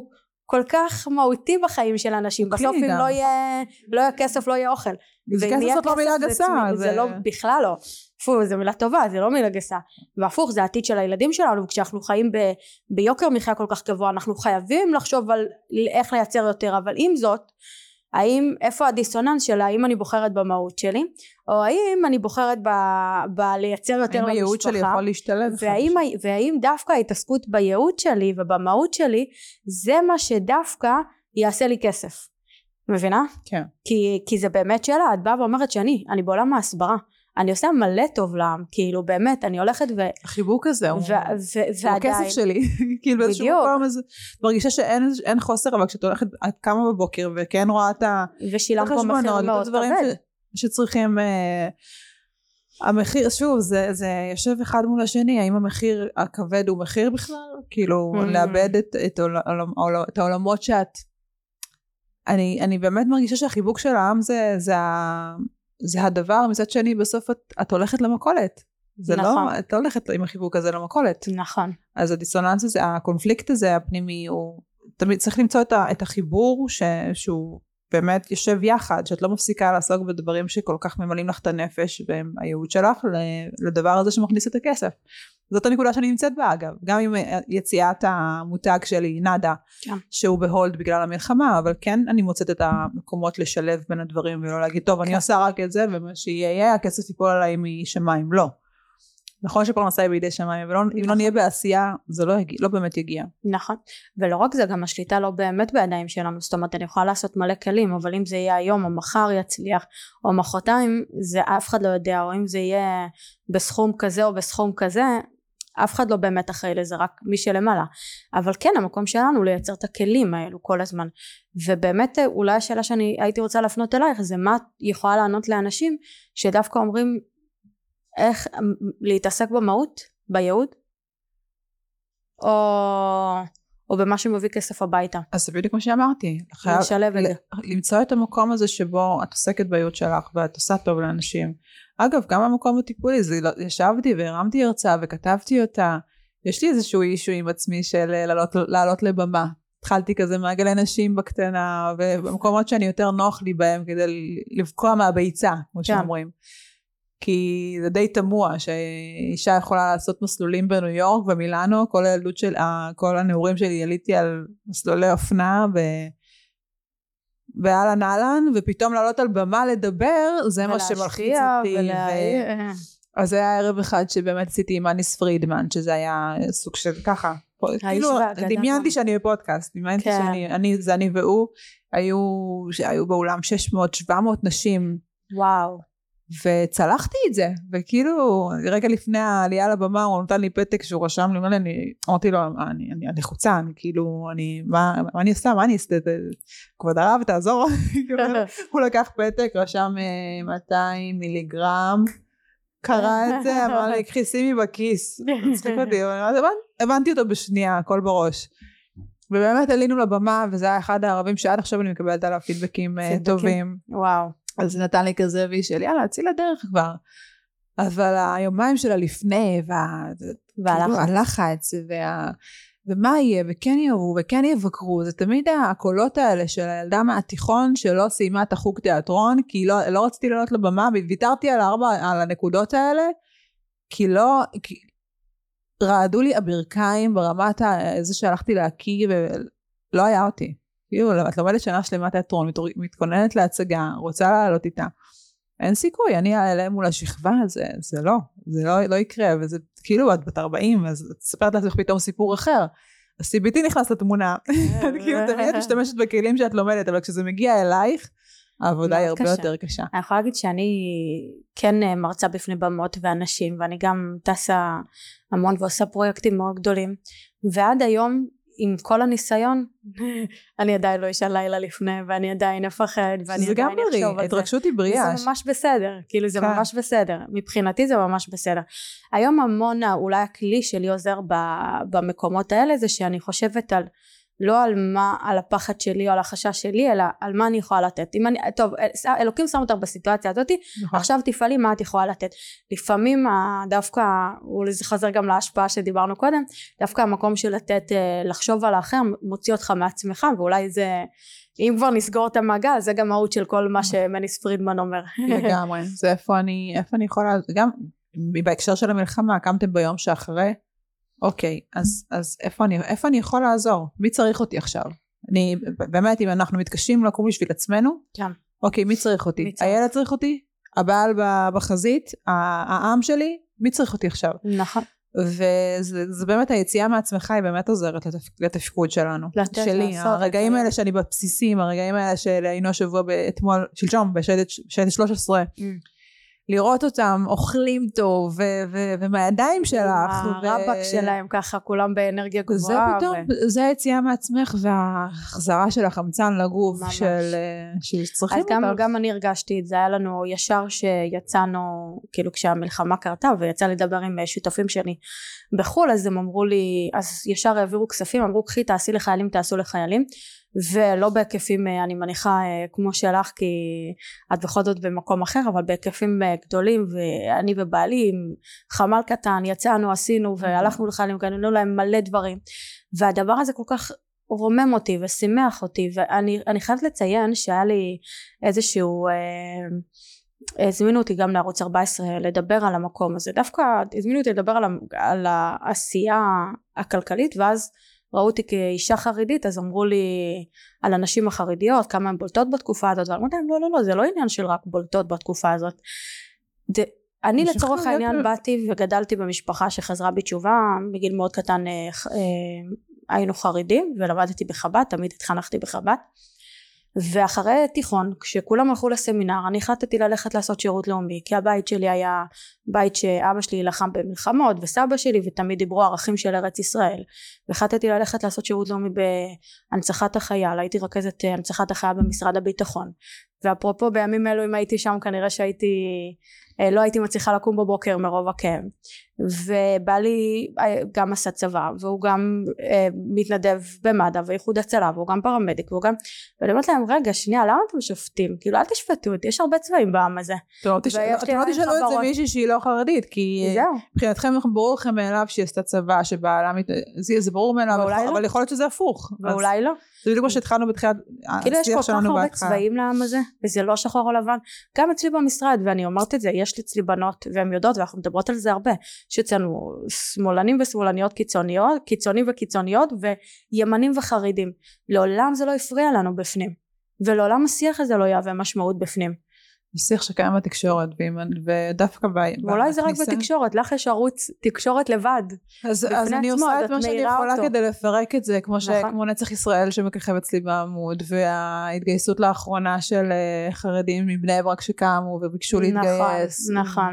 כל כך מהותי בחיים של אנשים, בסוף אם לא יהיה, לא יהיה כסף, לא יהיה אוכל.
כסף זאת לא מילה גסה.
זה לא, בכלל לא. פו, זו מילה טובה, זה לא מילה גסה. והפוך, זה העתיד של הילדים שלנו, כשאנחנו חיים ב, ביוקר מחיה כל כך גבוה, אנחנו חייבים לחשוב על איך לייצר יותר, אבל עם זאת, האם, איפה הדיסוננס שלה, האם אני בוחרת במהות שלי, או האם אני בוחרת ב, ב לייצר יותר למשפחה,
האם הייעוד שלי יכול להשתלב,
והאם, והאם דווקא ההתעסקות בייעוד שלי ובמהות שלי, זה מה שדווקא יעשה לי כסף. מבינה?
כן.
כי, כי זה באמת שאלה, את באה ואומרת שאני, אני בעולם ההסברה, אני עושה מלא טוב לעם, כאילו באמת, אני הולכת ו...
החיבוק הזה, הוא
הכסף
שלי, כאילו באיזשהו מקום, מרגישה שאין חוסר, אבל כשאת הולכת, את קמה בבוקר, וכן רואה את
ושילם פה מחיר מאוד כבד.
שצריכים, המחיר, שוב, זה יושב אחד מול השני, האם המחיר הכבד הוא מחיר בכלל? כאילו, לאבד את העולמות שאת... אני באמת מרגישה שהחיבוק של העם זה ה... זה הדבר, מצד שני בסוף את, את הולכת למקולת, זה נכון. לא, את לא הולכת עם החיבוק הזה למקולת.
נכון.
אז הדיסוננס הזה, הקונפליקט הזה הפנימי, הוא תמיד צריך למצוא את, ה, את החיבור ש, שהוא באמת יושב יחד, שאת לא מפסיקה לעסוק בדברים שכל כך ממלאים לך את הנפש, והם הייעוד שלך לדבר הזה שמכניס את הכסף. זאת הנקודה שאני נמצאת בה אגב, גם עם יציאת המותג שלי, נדה, yeah. שהוא בהולד בגלל המלחמה, אבל כן אני מוצאת את המקומות לשלב בין הדברים, ולא להגיד, טוב, okay. אני עושה רק את זה, ומה שיהיה, הכסף ייפול עליי משמיים, לא. נכון שפרנסה היא בידי שמיים, אבל אם לא נהיה בעשייה, זה לא, יגיע, לא באמת יגיע.
נכון, ולא רק זה, גם השליטה לא באמת בידיים שלנו, זאת אומרת, אני יכולה לעשות מלא כלים, אבל אם זה יהיה היום, או מחר יצליח, או מחרתיים, זה אף אחד לא יודע, או אם זה יהיה בסכום כזה, או בסכום כזה, אף אחד לא באמת אחראי לזה, רק מי שלמעלה. אבל כן, המקום שלנו לייצר את הכלים האלו כל הזמן. ובאמת, אולי השאלה שאני הייתי רוצה להפנות אלייך, זה מה יכולה לענות לאנשים, שדווקא אומרים, איך להתעסק במהות, בייעוד, או, או במה שמביא כסף הביתה.
אז זה בדיוק כמו שאמרתי,
לשלב את זה.
למצוא את המקום הזה שבו את עוסקת בייעוד שלך, ואת עושה טוב לאנשים. אגב, גם המקום הטיפולי, זה, ישבתי והרמתי הרצאה וכתבתי אותה, יש לי איזשהו אישו עם עצמי של לעלות, לעלות לבמה. התחלתי כזה מעגלי נשים בקטנה, ובמקומות שאני יותר נוח לי בהם, כדי לבקוע מהביצה, כמו שאומרים. כי זה די תמוה שאישה יכולה לעשות מסלולים בניו יורק ומילאנו, כל הילדות של, כל הנעורים שלי יליתי על מסלולי אופנה ו... ואלן אלן, ופתאום לעלות על במה לדבר, זה מה שמלחיץ אותי. ולה... ו... אז זה היה ערב אחד שבאמת עשיתי עם אניס פרידמן, שזה היה סוג של ככה, כאילו דמיינתי שאני בפודקאסט, דמיינתי כן. שאני, אני, זה אני והוא, היו, היו באולם שש מאות שבע מאות נשים.
וואו.
וצלחתי את זה, וכאילו רגע לפני העלייה לבמה הוא נתן לי פתק שהוא רשם לי, אני אמרתי לו, אני, אני, אני חוצה, אני כאילו, אני, מה, מה אני עושה, מה אני עושה, כבוד הרב תעזור, הוא לקח פתק, רשם מאתיים מיליגרם, קרא את זה, אמר לי, קחי שימי בכיס, צחיק אותי, הבנתי אותו בשנייה, הכל בראש, ובאמת עלינו לבמה, וזה היה אחד הערבים שעד עכשיו אני מקבלת עליו פידבקים טובים,
וואו,
אז נתן לי כזה וי של יאללה, צאי לדרך כבר. אבל היומיים שלה לפני, והלחץ, וה... ומה יהיה, וכן יראו, וכן יבקרו, זה תמיד הקולות האלה של הילדה מהתיכון, שלא סיימה את החוג תיאטרון, כי לא, לא רציתי לעלות לבמה, וויתרתי על הארבע, על הנקודות האלה, כי לא, כי... רעדו לי הברכיים ברמת איזה שהלכתי להקיא, ולא היה אותי. כאילו, את לומדת שנה שלמה תיאטרון, מתכוננת להצגה, רוצה לעלות איתה. אין סיכוי, אני אעלה מול השכבה, זה, זה לא, זה לא, לא יקרה, וזה כאילו, את בת ארבעים, אז את ספרת לעצמך פתאום סיפור אחר. ה-סי בי טי נכנס לתמונה, כאילו, תמיד את משתמשת בכלים שאת לומדת, אבל כשזה מגיע אלייך, העבודה היא הרבה יותר קשה.
אני יכולה להגיד שאני כן מרצה בפני במות ואנשים, ואני גם טסה המון ועושה פרויקטים מאוד גדולים, ועד היום, עם כל הניסיון, אני עדיין לא אשאל לילה לפני, ואני עדיין אפחד, ואני עדיין אחשוב על זה.
התרגשות היא בריאה.
זה ממש בסדר, כאילו זה ממש בסדר. מבחינתי זה ממש בסדר. היום המון, אולי הכלי שלי עוזר במקומות האלה, זה שאני חושבת על לא על מה, על הפחד שלי או על החשש שלי, אלא על מה אני יכולה לתת. אם אני, טוב, אלוקים שם אותך בסיטואציה הזאת, נכון. עכשיו תפעלי מה את יכולה לתת. לפעמים דווקא, וזה חזר גם להשפעה שדיברנו קודם, דווקא המקום של לתת, לחשוב על האחר, מוציא אותך מעצמך, ואולי זה, אם כבר נסגור את המעגל, זה גם מהות של כל מה שמניס פרידמן אומר.
לגמרי, זה איפה אני, איפה אני יכולה, גם בהקשר של המלחמה, קמתם ביום שאחרי, אוקיי, אז, אז איפה אני, איפה אני יכול לעזור? מי צריך אותי עכשיו? אני, באמת, אם אנחנו מתקשים לקום בשביל עצמנו,
כן.
אוקיי, מי צריך אותי? הילד צריך אותי? הבעל בחזית? העם שלי? מי צריך אותי עכשיו?
נכון.
וזה זה באמת היציאה מעצמך היא באמת עוזרת לתפ, לתפקוד שלנו.
לתת,
שלי,
לעשות.
הרגעים האלה שאני בבסיסים, הרגעים האלה שהיינו השבוע אתמול, שלשום, בשייטת שלוש עשרה, mm. לראות אותם אוכלים טוב ו- ו- ומהידיים שלך
הרבק ו- שלהם ככה כולם באנרגיה גבוהה
זה פתאום ו- זה היציאה מעצמך והחזרה של החמצן לגוף של, של צריכים
אז גם, גם אני הרגשתי את זה, היה לנו ישר שיצאנו כאילו כשהמלחמה קרתה ויצא לדבר עם שותפים שלי בחול, אז הם אמרו לי, אז ישר העבירו כספים, אמרו קחי תעשי לחיילים תעשו לחיילים, ולא בהיקפים אני מניחה כמו שלך כי את בכל זאת במקום אחר, אבל בהיקפים גדולים, ואני ובעלי עם חמל קטן יצאנו עשינו והלכנו לחיילים, קנינו להם מלא דברים, והדבר הזה כל כך רומם אותי ושימח אותי, ואני אני חייבת לציין שהיה לי איזשהו אה, הזמינו אותי גם לערוץ ארבע עשרה לדבר על המקום הזה, דווקא הזמינו אותי לדבר על, על העשייה הכלכלית, ואז ראו אותי כאישה חרדית, אז אמרו לי על הנשים החרדיות, כמה הן בולטות בתקופה הזאת, ואמרתי להם, לא, לא, לא, זה לא עניין של רק בולטות בתקופה הזאת. ד... אני לצורך העניין באתי וגדלתי במשפחה שחזרה בתשובה, בגיל מאוד קטן אה, אה, היינו חרדים, ולמדתי בחב"ד, תמיד התחנכתי בחב"ד, ואחרי תיכון, כשכולם הלכו לסמינר, אני החלטתי ללכת לעשות שירות לאומי, כי הבית שלי היה בית שאבא שלי לחם במלחמות, וסבא שלי, ותמיד דיברו ערכים של ארץ ישראל, והחלטתי ללכת לעשות שירות לאומי בהנצחת החייל, הייתי רכזת הנצחת החייל במשרד הביטחון, ואפרופו בימים אלו אם הייתי שם כנראה שהייתי, לא הייתי מצליחה לקום בבוקר מרוב הכאב, ובעלי גם עשה צבא, והוא גם אה, מתנדב במד"א ואיחוד הצלה, והוא גם פרמדיק, והוא גם, ואני אומרת להם רגע שנייה למה אתם שופטים? כאילו אל תשפטו אותי, יש הרבה צבעים בעם הזה.
אתם לא תשאלו את זה מישהי שהיא לא חרדית, כי מבחינתכם ברור לכם מאליו שהיא עשתה צבא, שבעלה, זה ברור מאליו, אבל יכול להיות שזה הפוך.
ואולי לא.
זה בדיוק כמו שהתחלנו בתחילת
כאילו יש כל כך הרבה צבעים לעם הזה, וזה לא שחור או לבן, גם אצלי במשרד, ואני אומרת את זה, יש אצלי בנות והן יודעות, ואנחנו מדברות על זה הרבה, שאצלנו שמאלנים ושמאלניות קיצוניות, קיצונים וקיצוניות, וימנים וחרדים, לעולם זה לא הפריע לנו בפנים, ולעולם השיח הזה לא יהווה משמעות בפנים.
שיח שקיים בתקשורת, ודווקא בכניסה.
ואולי זה רק בתקשורת, לך יש ערוץ תקשורת לבד.
אז אני עושה את מה שאני יכולה כדי לפרק את זה, כמו נצח ישראל שמככב אצלי בעמוד, וההתגייסות לאחרונה של חרדים מבני ברק שקמו וביקשו להתגייס.
נכון.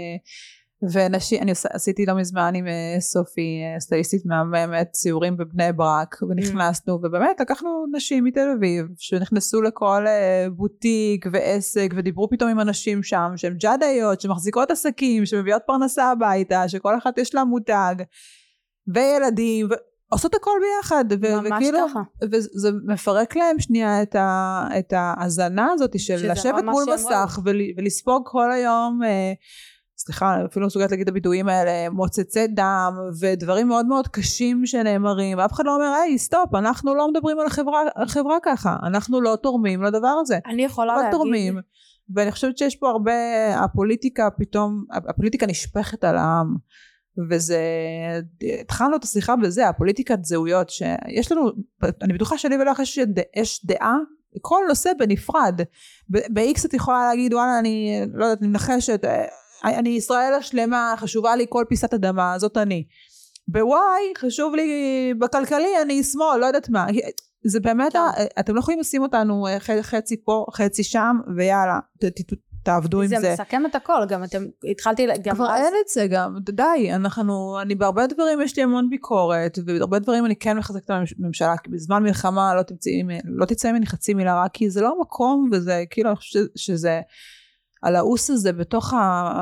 ונשים, אני עשיתי לא מזמן עם סופי, סטייליסטית מהממת, ציורים בבני ברק, ונכנסנו, ובאמת לקחנו נשים מתל אביב, שנכנסו לכל בוטיק ועסק, ודיברו פתאום עם אנשים שם, שהן ג'אדאיות, שמחזיקות עסקים, שמביאות פרנסה הביתה, שכל אחת יש לה מותג, וילדים, ועושות הכל ביחד,
ממש ככה.
וזה מפרק להם שנייה את ההזנה הזאת, של לשבת מול מסך, ולספוג כל היום, סליחה, אפילו מסוגלת להגיד את הביטויים האלה, מוצצי דם, ודברים מאוד מאוד קשים שנאמרים, ואף אחד לא אומר, היי, סטופ, אנחנו לא מדברים על החברה, החברה ככה, אנחנו לא תורמים לדבר הזה.
אני יכולה להגיד.
תורמים, ואני חושבת שיש פה הרבה, הפוליטיקה פתאום, הפוליטיקה נשפכת על העם, וזה, התחלנו את השיחה בזה, הפוליטיקת זהויות, שיש לנו, אני בטוחה שלי ולך יש דעה, כל נושא בנפרד, ב-X את יכולה להגיד, וואלה, אני לא יודעת, אני מנחשת, אני ישראל השלמה, חשובה לי כל פיסת אדמה, זאת אני. בוואי, חשוב לי בכלכלי, אני שמאל, לא יודעת מה. זה באמת, אתם לא יכולים לשים אותנו חצי פה, חצי שם, ויאללה, תעבדו עם זה.
זה מסכם את הכל, גם אתם, התחלתי, גם
כבר אין את זה גם, די, אנחנו, אני בהרבה דברים יש לי המון ביקורת, ובהרבה דברים אני כן מחזקת את הממשלה, כי בזמן מלחמה לא תצא ממני חצי מילה רק, כי זה לא מקום, וזה כאילו, אני חושבת שזה, על האוס הזה בתוך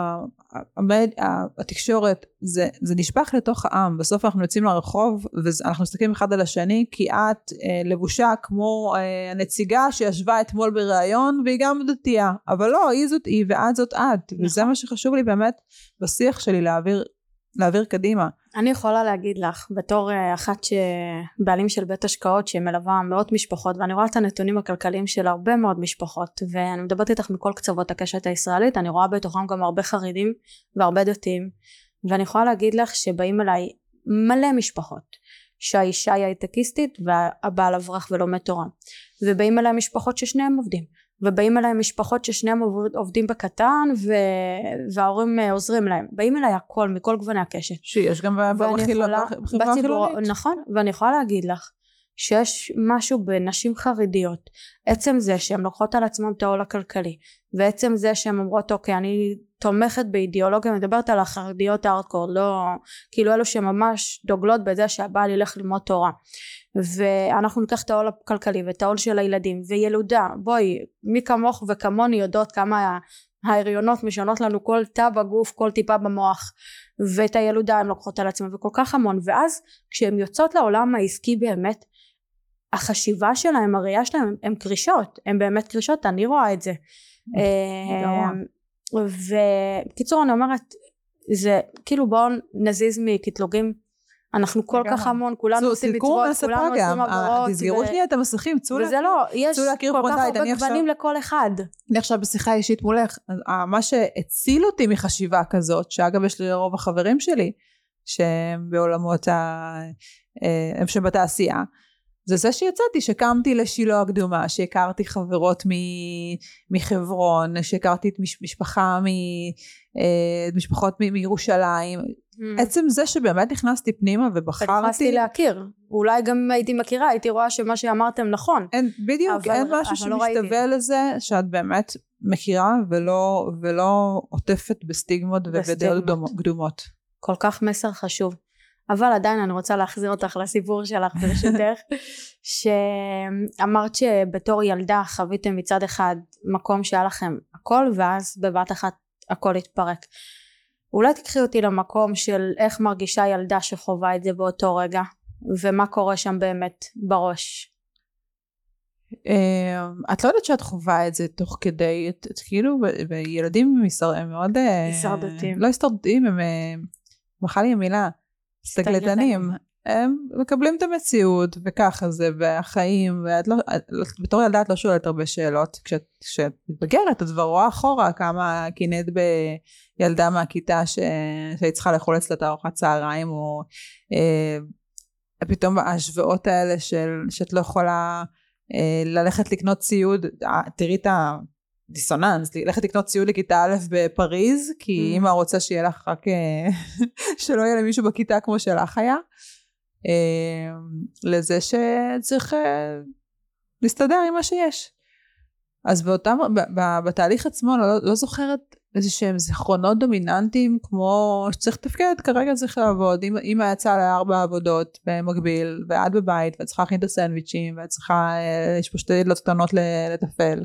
התקשורת, זה, זה נשפך לתוך העם. בסוף אנחנו יוצאים לרחוב ואנחנו מסתכלים אחד על השני, כי את לבושה כמו הנציגה שישבה אתמול בראיון, והיא גם דתייה, אבל לא, היא זאת היא ואת זאת את, וזה מה שחשוב לי באמת בשיח שלי להעביר להעביר קדימה.
אני יכולה להגיד לך, בתור אחת שבעלים של בית השקעות שמלווה מאות משפחות, ואני רואה את הנתונים הכלכליים של הרבה מאוד משפחות, ואני מדברת איתך מכל קצוות הקשת הישראלית, אני רואה בתוכם גם הרבה חרדים והרבה דתיים, ואני יכולה להגיד לך שבאים אליי מלא משפחות, שהאישה היא הייטקיסטית והבעל אברך ולומד תורה, ובאים אליי משפחות ששניהם עובדים, ובאים אליי משפחות ששניהם עובדים בקטן ו... וההורים עוזרים להם, באים אליי הכל מכל גווני הקשת,
שיש גם בחברה חילונית,
נכון, ואני יכולה להגיד לך שיש משהו בנשים חרדיות, עצם זה שהן לוקחות על עצמם את העול הכלכלי, ועצם זה שהן אומרות אוקיי אני תומכת באידיאולוגיה, מדברת על החרדיות הארדקור, לא כאילו אלו שממש דוגלות בזה שהבעל ילך ללמוד תורה, ואנחנו ניקח את העול הכלכלי ואת העול של הילדים וילודה, בואי מי כמוך וכמוני יודעות כמה ההריונות משנות לנו כל תא בגוף, כל טיפה במוח, ואת הילודה הן לוקחות על עצמם וכל כך המון, ואז כשהן יוצאות לעולם העסקי באמת החשיבה שלהם, הראייה שלהם הם קרישות, הם באמת קרישות, אני רואה את זה. וקיצור אני אומרת זה כאילו בואו נזיז מקטלוגים, אנחנו כל כך המון, כולנו עושים מצוות, כולנו עושים עברות,
תסגרו שנייה את המסכים,
וזה לא, יש כל כך הרבה גוונים לכל אחד.
אני עכשיו בשיחה אישית מולך, מה שהציל אותי מחשיבה כזאת, שאגב יש לי רוב החברים שלי שהם בעולמות הם שבתעשייה, זה זה שיצאתי, שקמתי לשילה הקדומה, שהכרתי חברות מחברון, שהכרתי את משפחה משפחות מירושלים, עצם זה שבאמת נכנסתי פנימה ובחרתי,
נכנסתי להכיר, אולי גם הייתי מכירה, הייתי רואה שמה שאמרתם נכון,
בדיוק, אין משהו שמשתווה לזה, שאת באמת מכירה ולא עוטפת בסטיגמות ובדעות קדומות.
כל כך מסר חשוב. אבל עדיין אני רוצה להחזיר אותך לסיפור שלך ברשותך, שאמרת שבתור ילדה חוויתם מצד אחד מקום שהיה לכם הכל, ואז בבת אחת הכל התפרק. אולי תקחי אותי למקום של איך מרגישה ילדה שחובה את זה באותו רגע, ומה קורה שם באמת בראש.
את לא יודעת שאת חובה את זה תוך כדי, כאילו בילדים הם מאוד
הישרדתיים,
לא הישרדתיים, הם בכלל לי המילה סטגלטנים, הם מקבלים את המציאות וככה זה והחיים, ואת לא, בתור ילדה את לא שואלת הרבה שאלות, כשאת, כשאת מתבגרת את כבר רואה אחורה כמה קינאת בילדה מהכיתה ש, שהיא צריכה לאכול אצלה את ארוחת צהריים, או אה, פתאום ההשוואות האלה של, שאת לא יכולה אה, ללכת לקנות ציוד, אה, תראי את ה... דיסוננס, ללכת לקנות ציוד לכיתה א' בפריז, כי אמא רוצה שיהיה לך רק, שלא יהיה למישהו בכיתה כמו שלך היה, לזה שצריך להסתדר עם מה שיש. אז באותם, בתהליך עצמו, לא, לא זוכרת איזה שהם זיכרונות דומיננטיים, כמו שצריך תפקד, כרגע צריך לעבוד, אמא יצאה לארבע עבודות במקביל, ואת בבית, ואת צריכה להכין את הסנדוויצ'ים, ואת צריכה, יש פה שתי ילדות קטנות לטפל,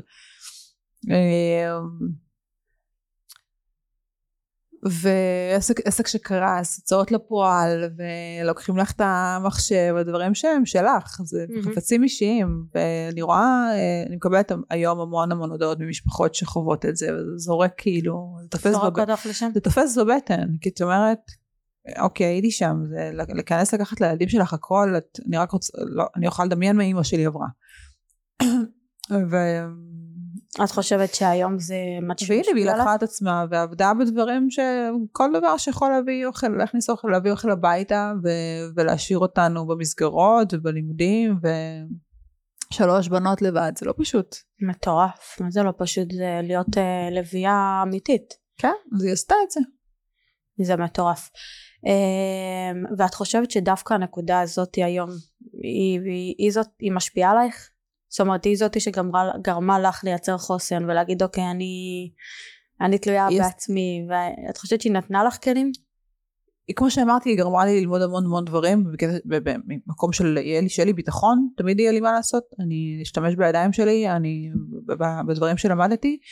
ועסק שקרס, הצעות לפועל, ולוקחים לך את המחשב, הדברים שהם שלך, זה חפצים אישיים, ואני רואה, אני מקבלת היום המון המון הודעות ממשפחות שחוות את זה, וזה זורק כאילו, זה תופס בבטן, כי את אומרת, אוקיי, הייתי שם, להיכנס לקחת לילדים שלך הכל, אני רק רוצה, אני אוכל לדמיין מה אמא שלי עברה. ו...
את חושבת שהיום זה מצ'ווה?
והנה, והיא לקחה את עצמה ועבדה בדברים שכל דבר שיכול להביא אוכל, להכניס אוכל, להביא אוכל הביתה ו- ולהשאיר אותנו במסגרות ובלימודים, ושלוש בנות לבד, זה לא פשוט.
מטורף, זה לא פשוט, זה להיות uh, לביאה אמיתית.
כן, אז היא עשתה את זה.
זה מטורף. Uh, ואת חושבת שדווקא הנקודה הזאת היום, היא, היא, היא, זאת, היא משפיעה עלייך? זאת אומרת, היא זאתי שגרמה לך לייצר חוסן, ולהגיד, אוקיי, אני, אני תלויה yes. בעצמי, ואת חושבת שהיא נתנה לך כלים?
כמו שאמרתי, היא גרמה לי ללמוד המון המון דברים, במקום של יהיה לי, שיהיה לי ביטחון, תמיד יהיה לי מה לעשות, אני אשתמש בידיים שלי, אני, בדברים שלמדתי,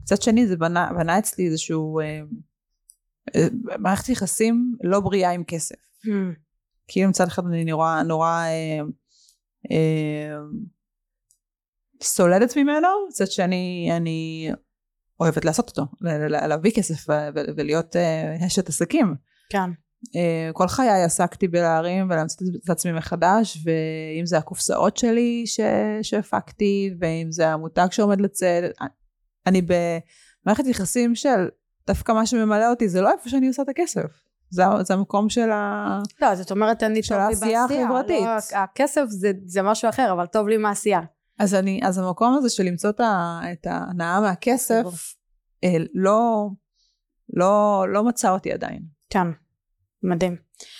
מצד שני זה בנה, בנה אצלי איזשהו אה, אה, מערכת יחסים לא בריאה עם כסף. Mm. כאילו מצד אחד אני נורא, נורא אה, אה, סולדת ממנו, מצד שאני אני אוהבת לעשות אותו, להביא כסף ולהיות אשת עסקים.
כן.
כל חיי עסקתי בלהרים ולהמציא את עצמי מחדש, ואם זה הקופסאות שלי שהפקתי, ואם זה המותג שעומד לצאת, אני במערכת יחסים של דווקא מה שממלא אותי, זה לא איפה שאני עושה את הכסף. זה, זה המקום של ה...
לא, זאת אומרת, אני טוב לי בעשייה.
החברתית.
לא, הכסף זה, זה משהו אחר, אבל טוב לי מעשייה.
אז אני, אז המקום הזה של למצוא את ההנאה מהכסף, לא, לא, לא מצא אותי עדיין.
כן, מדהים.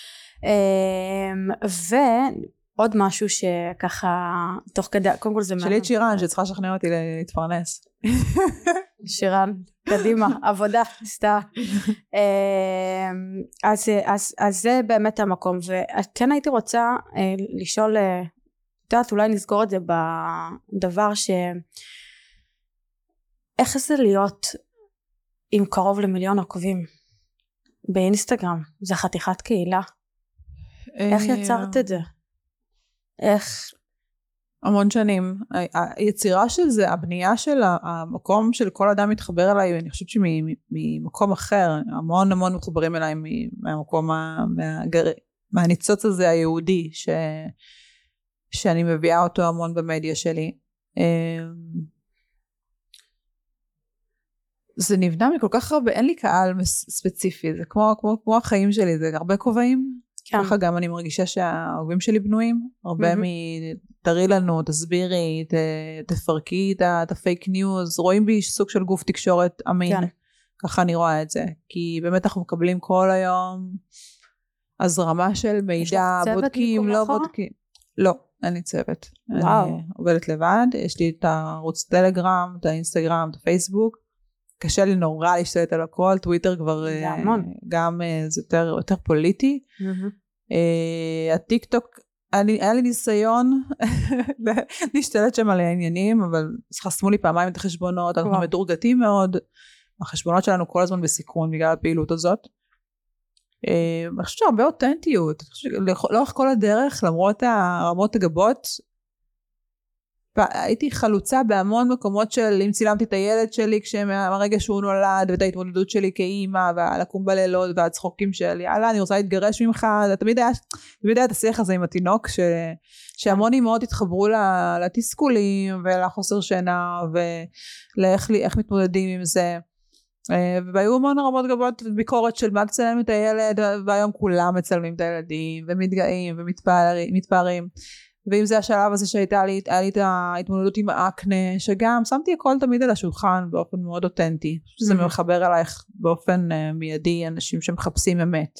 ועוד משהו שככה, תוך כדי, קודם כל זה...
שלי את שירן, שצריכה לשכנע אותי להתפרנס.
שירן, קדימה, עבודה, סתה. אז, אז, אז זה באמת המקום, וכן הייתי רוצה לשאול, יודעת, אולי נסגור את זה בדבר ש... איך זה להיות עם קרוב למיליון עוקבים באינסטגרם? זה חתיכת קהילה. איך יצרת את זה? איך?
המון שנים. היצירה של זה, הבנייה של המקום של כל אדם מתחבר אליי, אני חושבת שממקום אחר, המון המון מחוברים אליי מהמקום, מהניצוץ הזה היהודי, שאני מביאה אותו המון במדיה שלי. זה נבנה מכל כך הרבה, אין לי קהל ספציפי, זה כמו, כמו, כמו החיים שלי, זה הרבה כובעים, כן. ככה גם אני מרגישה שהעוקבים שלי בנויים, הרבה mm-hmm. מתראי לנו, תסבירי, ת, תפרקי את הפייק ניוז, רואים בי סוג של גוף תקשורת אמין, כן. ככה אני רואה את זה, כי באמת אנחנו מקבלים כל היום הזרמה של מידע, בודקים, לא בודקים, לא, אין לי צוות, וואו. אני עובדת לבד, יש לי את הערוץ טלגרם, את האינסטגרם, את הפייסבוק, קשה לי נורא להשתלט על הכל, טוויטר כבר גם זה יותר, יותר פוליטי. הטיק טוק, היה לי ניסיון להשתלט שם על העניינים, אבל חסמו לי פעמיים את החשבונות, אנחנו מדורגתים מאוד, החשבונות שלנו כל הזמן בסיכון בגלל הפעילות הזאת. אני חושבת שהרבה אותנטיות, לאורך כל הדרך, למרות הרמות הגבות, הייתי חלוצה בהמון מקומות של אם צילמתי את הילד שלי כשהרגע שהוא נולד, ואת ההתמודדות שלי כאימא, ולקום בלילות והצחוקים שלי, יאללה אני רוצה להתגרש ממך, תמיד היה, תמיד היה את השיח הזה עם התינוק, ש, שהמון אימהות התחברו לתסכולים ולחוסר שינה, ולאיך איך מתמודדים עם זה, והיו המון רמות גבות ביקורת של מה תצלם את הילד, והיום כולם מצלמים את הילדים, ומתגאים ומתפארים, ואם זה השלב הזה שהייתה לי, היה לי את ההתמודדות עם האקנה, שגם שמתי הכל תמיד על השולחן באופן מאוד אותנטי, שזה מחבר אלייך באופן מיידי, אנשים שמחפשים אמת.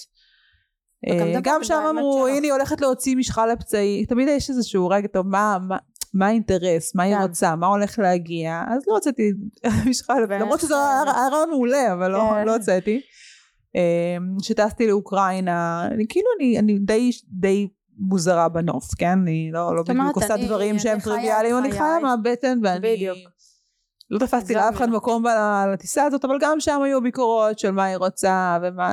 גם שם אמרו, הנה היא הולכת להוציא משחה לפצעי, תמיד יש איזשהו רגע טוב, מה, מה, מה האינטרס, מה היא רוצה, מה הולך להגיע, אז לא הוצאתי משחה לפצעי, למרות שזה הרעיון מעולה, אבל לא הוצאתי. שטסתי לאוקראינה, כאילו אני די, די, מוזרה בנוף, כן? אני לא, לא בדיוק עושה דברים שהם טריוויאליים, אני חיה מהבטן, ואני לא תפסתי לאף אחד מקום לטיסה הזאת, אבל גם שם היו ביקורות של מה היא רוצה, ומה...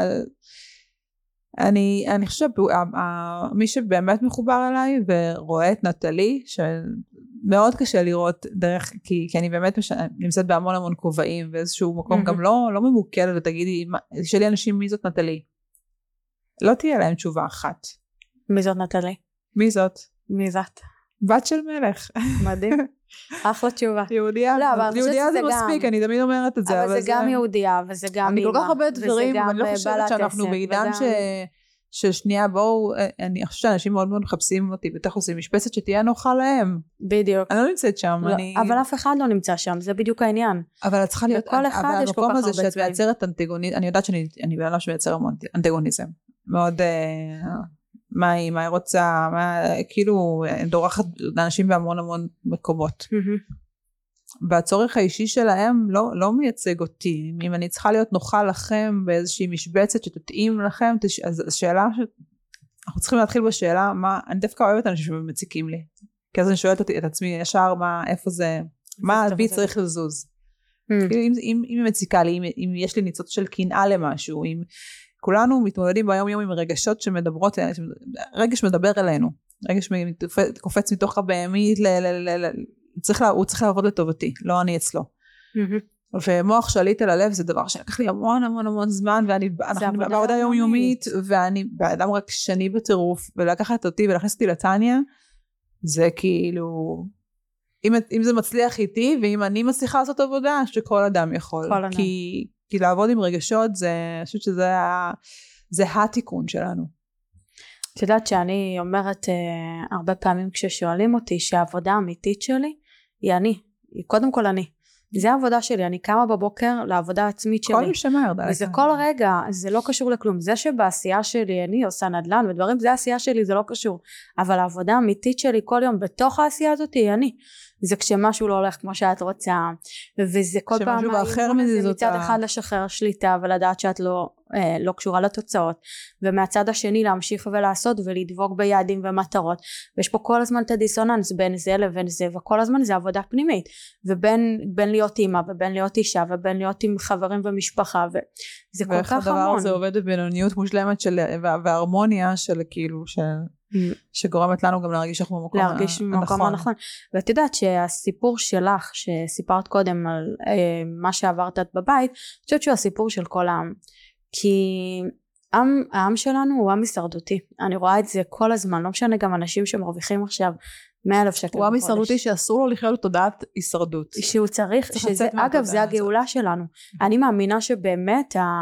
אני, אני חושב, מי שבאמת מחובר אליי, ורואה את נטלי, שמאוד קשה לראות דרך, כי, כי אני באמת נמצאת בהמון המון כובעים, ואיזשהו מקום גם לא, לא ממוקד, ותגידי, שלי אנשים, מי זאת נטלי? לא תהיה להם תשובה אחת.
מי זאת נטלי?
מי זאת?
מי זאת?
בת של מלך.
מדהים. אחלה תשובה.
יהודיה.
לא, אבל
יהודיה זה מספיק, אני תמיד אומרת את זה.
אבל זה גם יהודיה, וזה גם
אני כל כך הרבה דברים, ואני לא חושבת שאנחנו בעידן ששנייה בואו, אני חושבת שאנשים מאוד מאוד מחפשים אותי, בטח עושים משפצת שתהיה נוחה להם.
בדיוק.
אני לא נמצאת שם.
אבל אף אחד לא נמצא שם, זה בדיוק העניין.
אבל את צריכה להיות,
לכל אחד יש כל כך הרבה צבעים.
שאת מייצרת אנטגוניזם, אני יודעת שאני בעולם שמייצר המון אנטגוניזם. מאוד... מה היא, מה היא רוצה, מה, כאילו דורכת לאנשים בהמון המון מקומות. Mm-hmm. והצורך האישי שלהם לא, לא מייצג אותי. אם אני צריכה להיות נוחה לכם באיזושהי משבצת שתתאים לכם, אז השאלה, ש... אנחנו צריכים להתחיל בשאלה, מה, אני דווקא אוהבת אנשים שמציקים לי. כי אז אני שואלת אותי, את עצמי ישר, מה, איפה זה, מה בי צריך לזוז. כאילו אם, אם, אם היא מציקה לי, אם, אם יש לי ניצוץ של קנאה למשהו, אם כולנו מתמודדים ביום יום עם רגשות שמדברות, רגש מדבר אלינו, רגש קופץ מתוך הבהמית, ל, ל, ל, ל, צריך לה, הוא צריך לעבוד לטובתי, לא אני אצלו. ומוח שליט על הלב זה דבר שלקח לי המון המון המון זמן, ואני בעבודה יומיומית, ואני באדם רק שני בטירוף, ולקחת אותי ולהכניס אותי לטניה, זה כאילו, אם, אם זה מצליח איתי, ואם אני מצליחה לעשות עבודה, שכל אדם יכול. כי, כי לעבוד עם רגשות, זה, אני חושבת שזה זה התיקון שלנו.
את יודעת שאני אומרת uh, הרבה פעמים כששואלים אותי, שהעבודה האמיתית שלי, היא אני, היא קודם כל אני. זה העבודה שלי, אני קמה בבוקר לעבודה העצמית שלי.
כל משמע ירדה.
וזה כל רגע, זה לא קשור לכלום. זה שבעשייה שלי אני עושה נדל"ן ודברים, זה העשייה שלי, זה לא קשור. אבל העבודה האמיתית שלי כל יום בתוך העשייה הזאת היא אני. זה כשמשהו לא הולך כמו שאת רוצה, וזה כל פעם...
שמשהו באחר מזה זאת...
מצד אחד לשחרר שליטה ולדעת שאת לא, אה, לא קשורה לתוצאות, ומהצד השני להמשיך ולעשות ולדבוק ביעדים ומטרות, ויש פה כל הזמן את הדיסוננס בין זה לבין זה, וכל הזמן זה עבודה פנימית, ובין בין להיות אימא ובין להיות אישה ובין להיות עם חברים ומשפחה, וזה כל כך המון. ואיך
הדבר הזה עובד בבינוניות מושלמת של, וההרמוניה של כאילו של... שגורמת לנו גם להרגיש שאנחנו במקום הנכון.
להרגיש במקום הנכון. ואת יודעת שהסיפור שלך שסיפרת קודם על אה, מה שעברת בבית, אני חושבת שהוא הסיפור של כל העם. כי העם, העם שלנו הוא עם הישרדותי. אני רואה את זה כל הזמן, לא משנה גם אנשים שמרוויחים עכשיו מאה אלף שקל.
הוא עם הישרדותי שאסור לו לחיות בתודעת הישרדות.
שהוא צריך, שזה, אגב זה הגאולה שלנו. אני מאמינה שבאמת ה...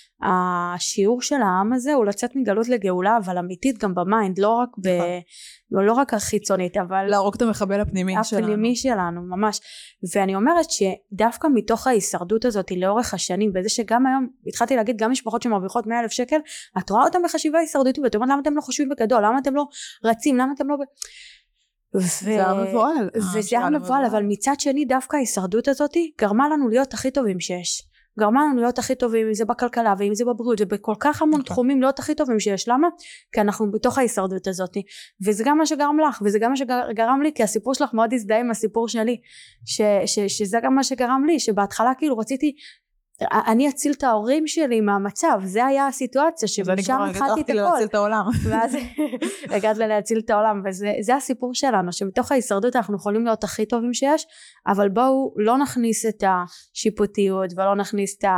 השיעור של העם הזה הוא לצאת מגלות לגאולה, אבל אמיתית גם במיינד, לא רק ב... לא רק החיצונית, אבל...
להרוג את המחבל הפנימי שלנו.
הפנימי שלנו, ממש. ואני אומרת שדווקא מתוך ההישרדות הזאת לאורך השנים, בזה שגם היום, התחלתי להגיד, גם משפחות שמרוויחות מאה אלף שקל, את רואה אותם בחשיבה הישרדותית, ואת אומרת, למה אתם לא חושבים בגדול? למה אתם לא רצים? למה אתם לא... ו...
זה המבועל.
וזה המבועל, אבל מצד שני, דווקא ההישרדות הזאת גרמה לנו להיות הכי טובים שיש. גרמה לנו להיות הכי טובים, אם זה בכלכלה ואם זה בבריאות ובכל כך המון תחומים להיות הכי טובים שיש. למה? כי אנחנו בתוך ההישרדות הזאת, וזה גם מה שגרם לך, וזה גם מה שגרם לי, כי הסיפור שלך מאוד הזדהה עם הסיפור שלי, ש, ש, שזה גם מה שגרם לי, שבהתחלה כאילו רציתי, אני אציל את ההורים שלי מהמצב, זה היה הסיטואציה שמשם התחלתי את הכל,
את העולם.
ואז הגעת לה להציל את העולם, וזה הסיפור שלנו, שמתוך ההישרדות אנחנו יכולים להיות הכי טובים שיש, אבל בואו לא נכניס את השיפוטיות, ולא נכניס את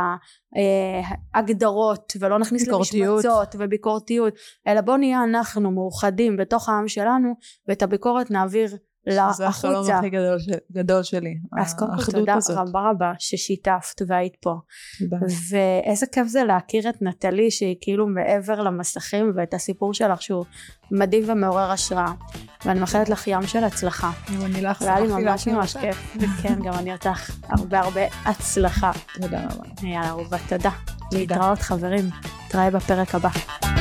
ההגדרות, ולא נכניס למשמצות וביקורתיות, אלא בואו נהיה אנחנו מאוחדים בתוך העם שלנו, ואת הביקורת נעביר לחוצה.
זה החלום הכי גדול, גדול שלי.
אז קודם כל תודה רבה רבה ששיתפת והיית פה. ואיזה כיף זה להכיר את נטלי שהיא כאילו מעבר למסכים, ואת הסיפור שלך שהוא מדהים ומעורר השראה. ואני מאחלת לך ים של הצלחה.
אני לך.
והיה לי ממש ממש כיף. וכן, גם אני אותך הרבה הרבה הצלחה.
תודה רבה.
יאללה רובה, תודה. להתראות חברים. נתראה בפרק הבא.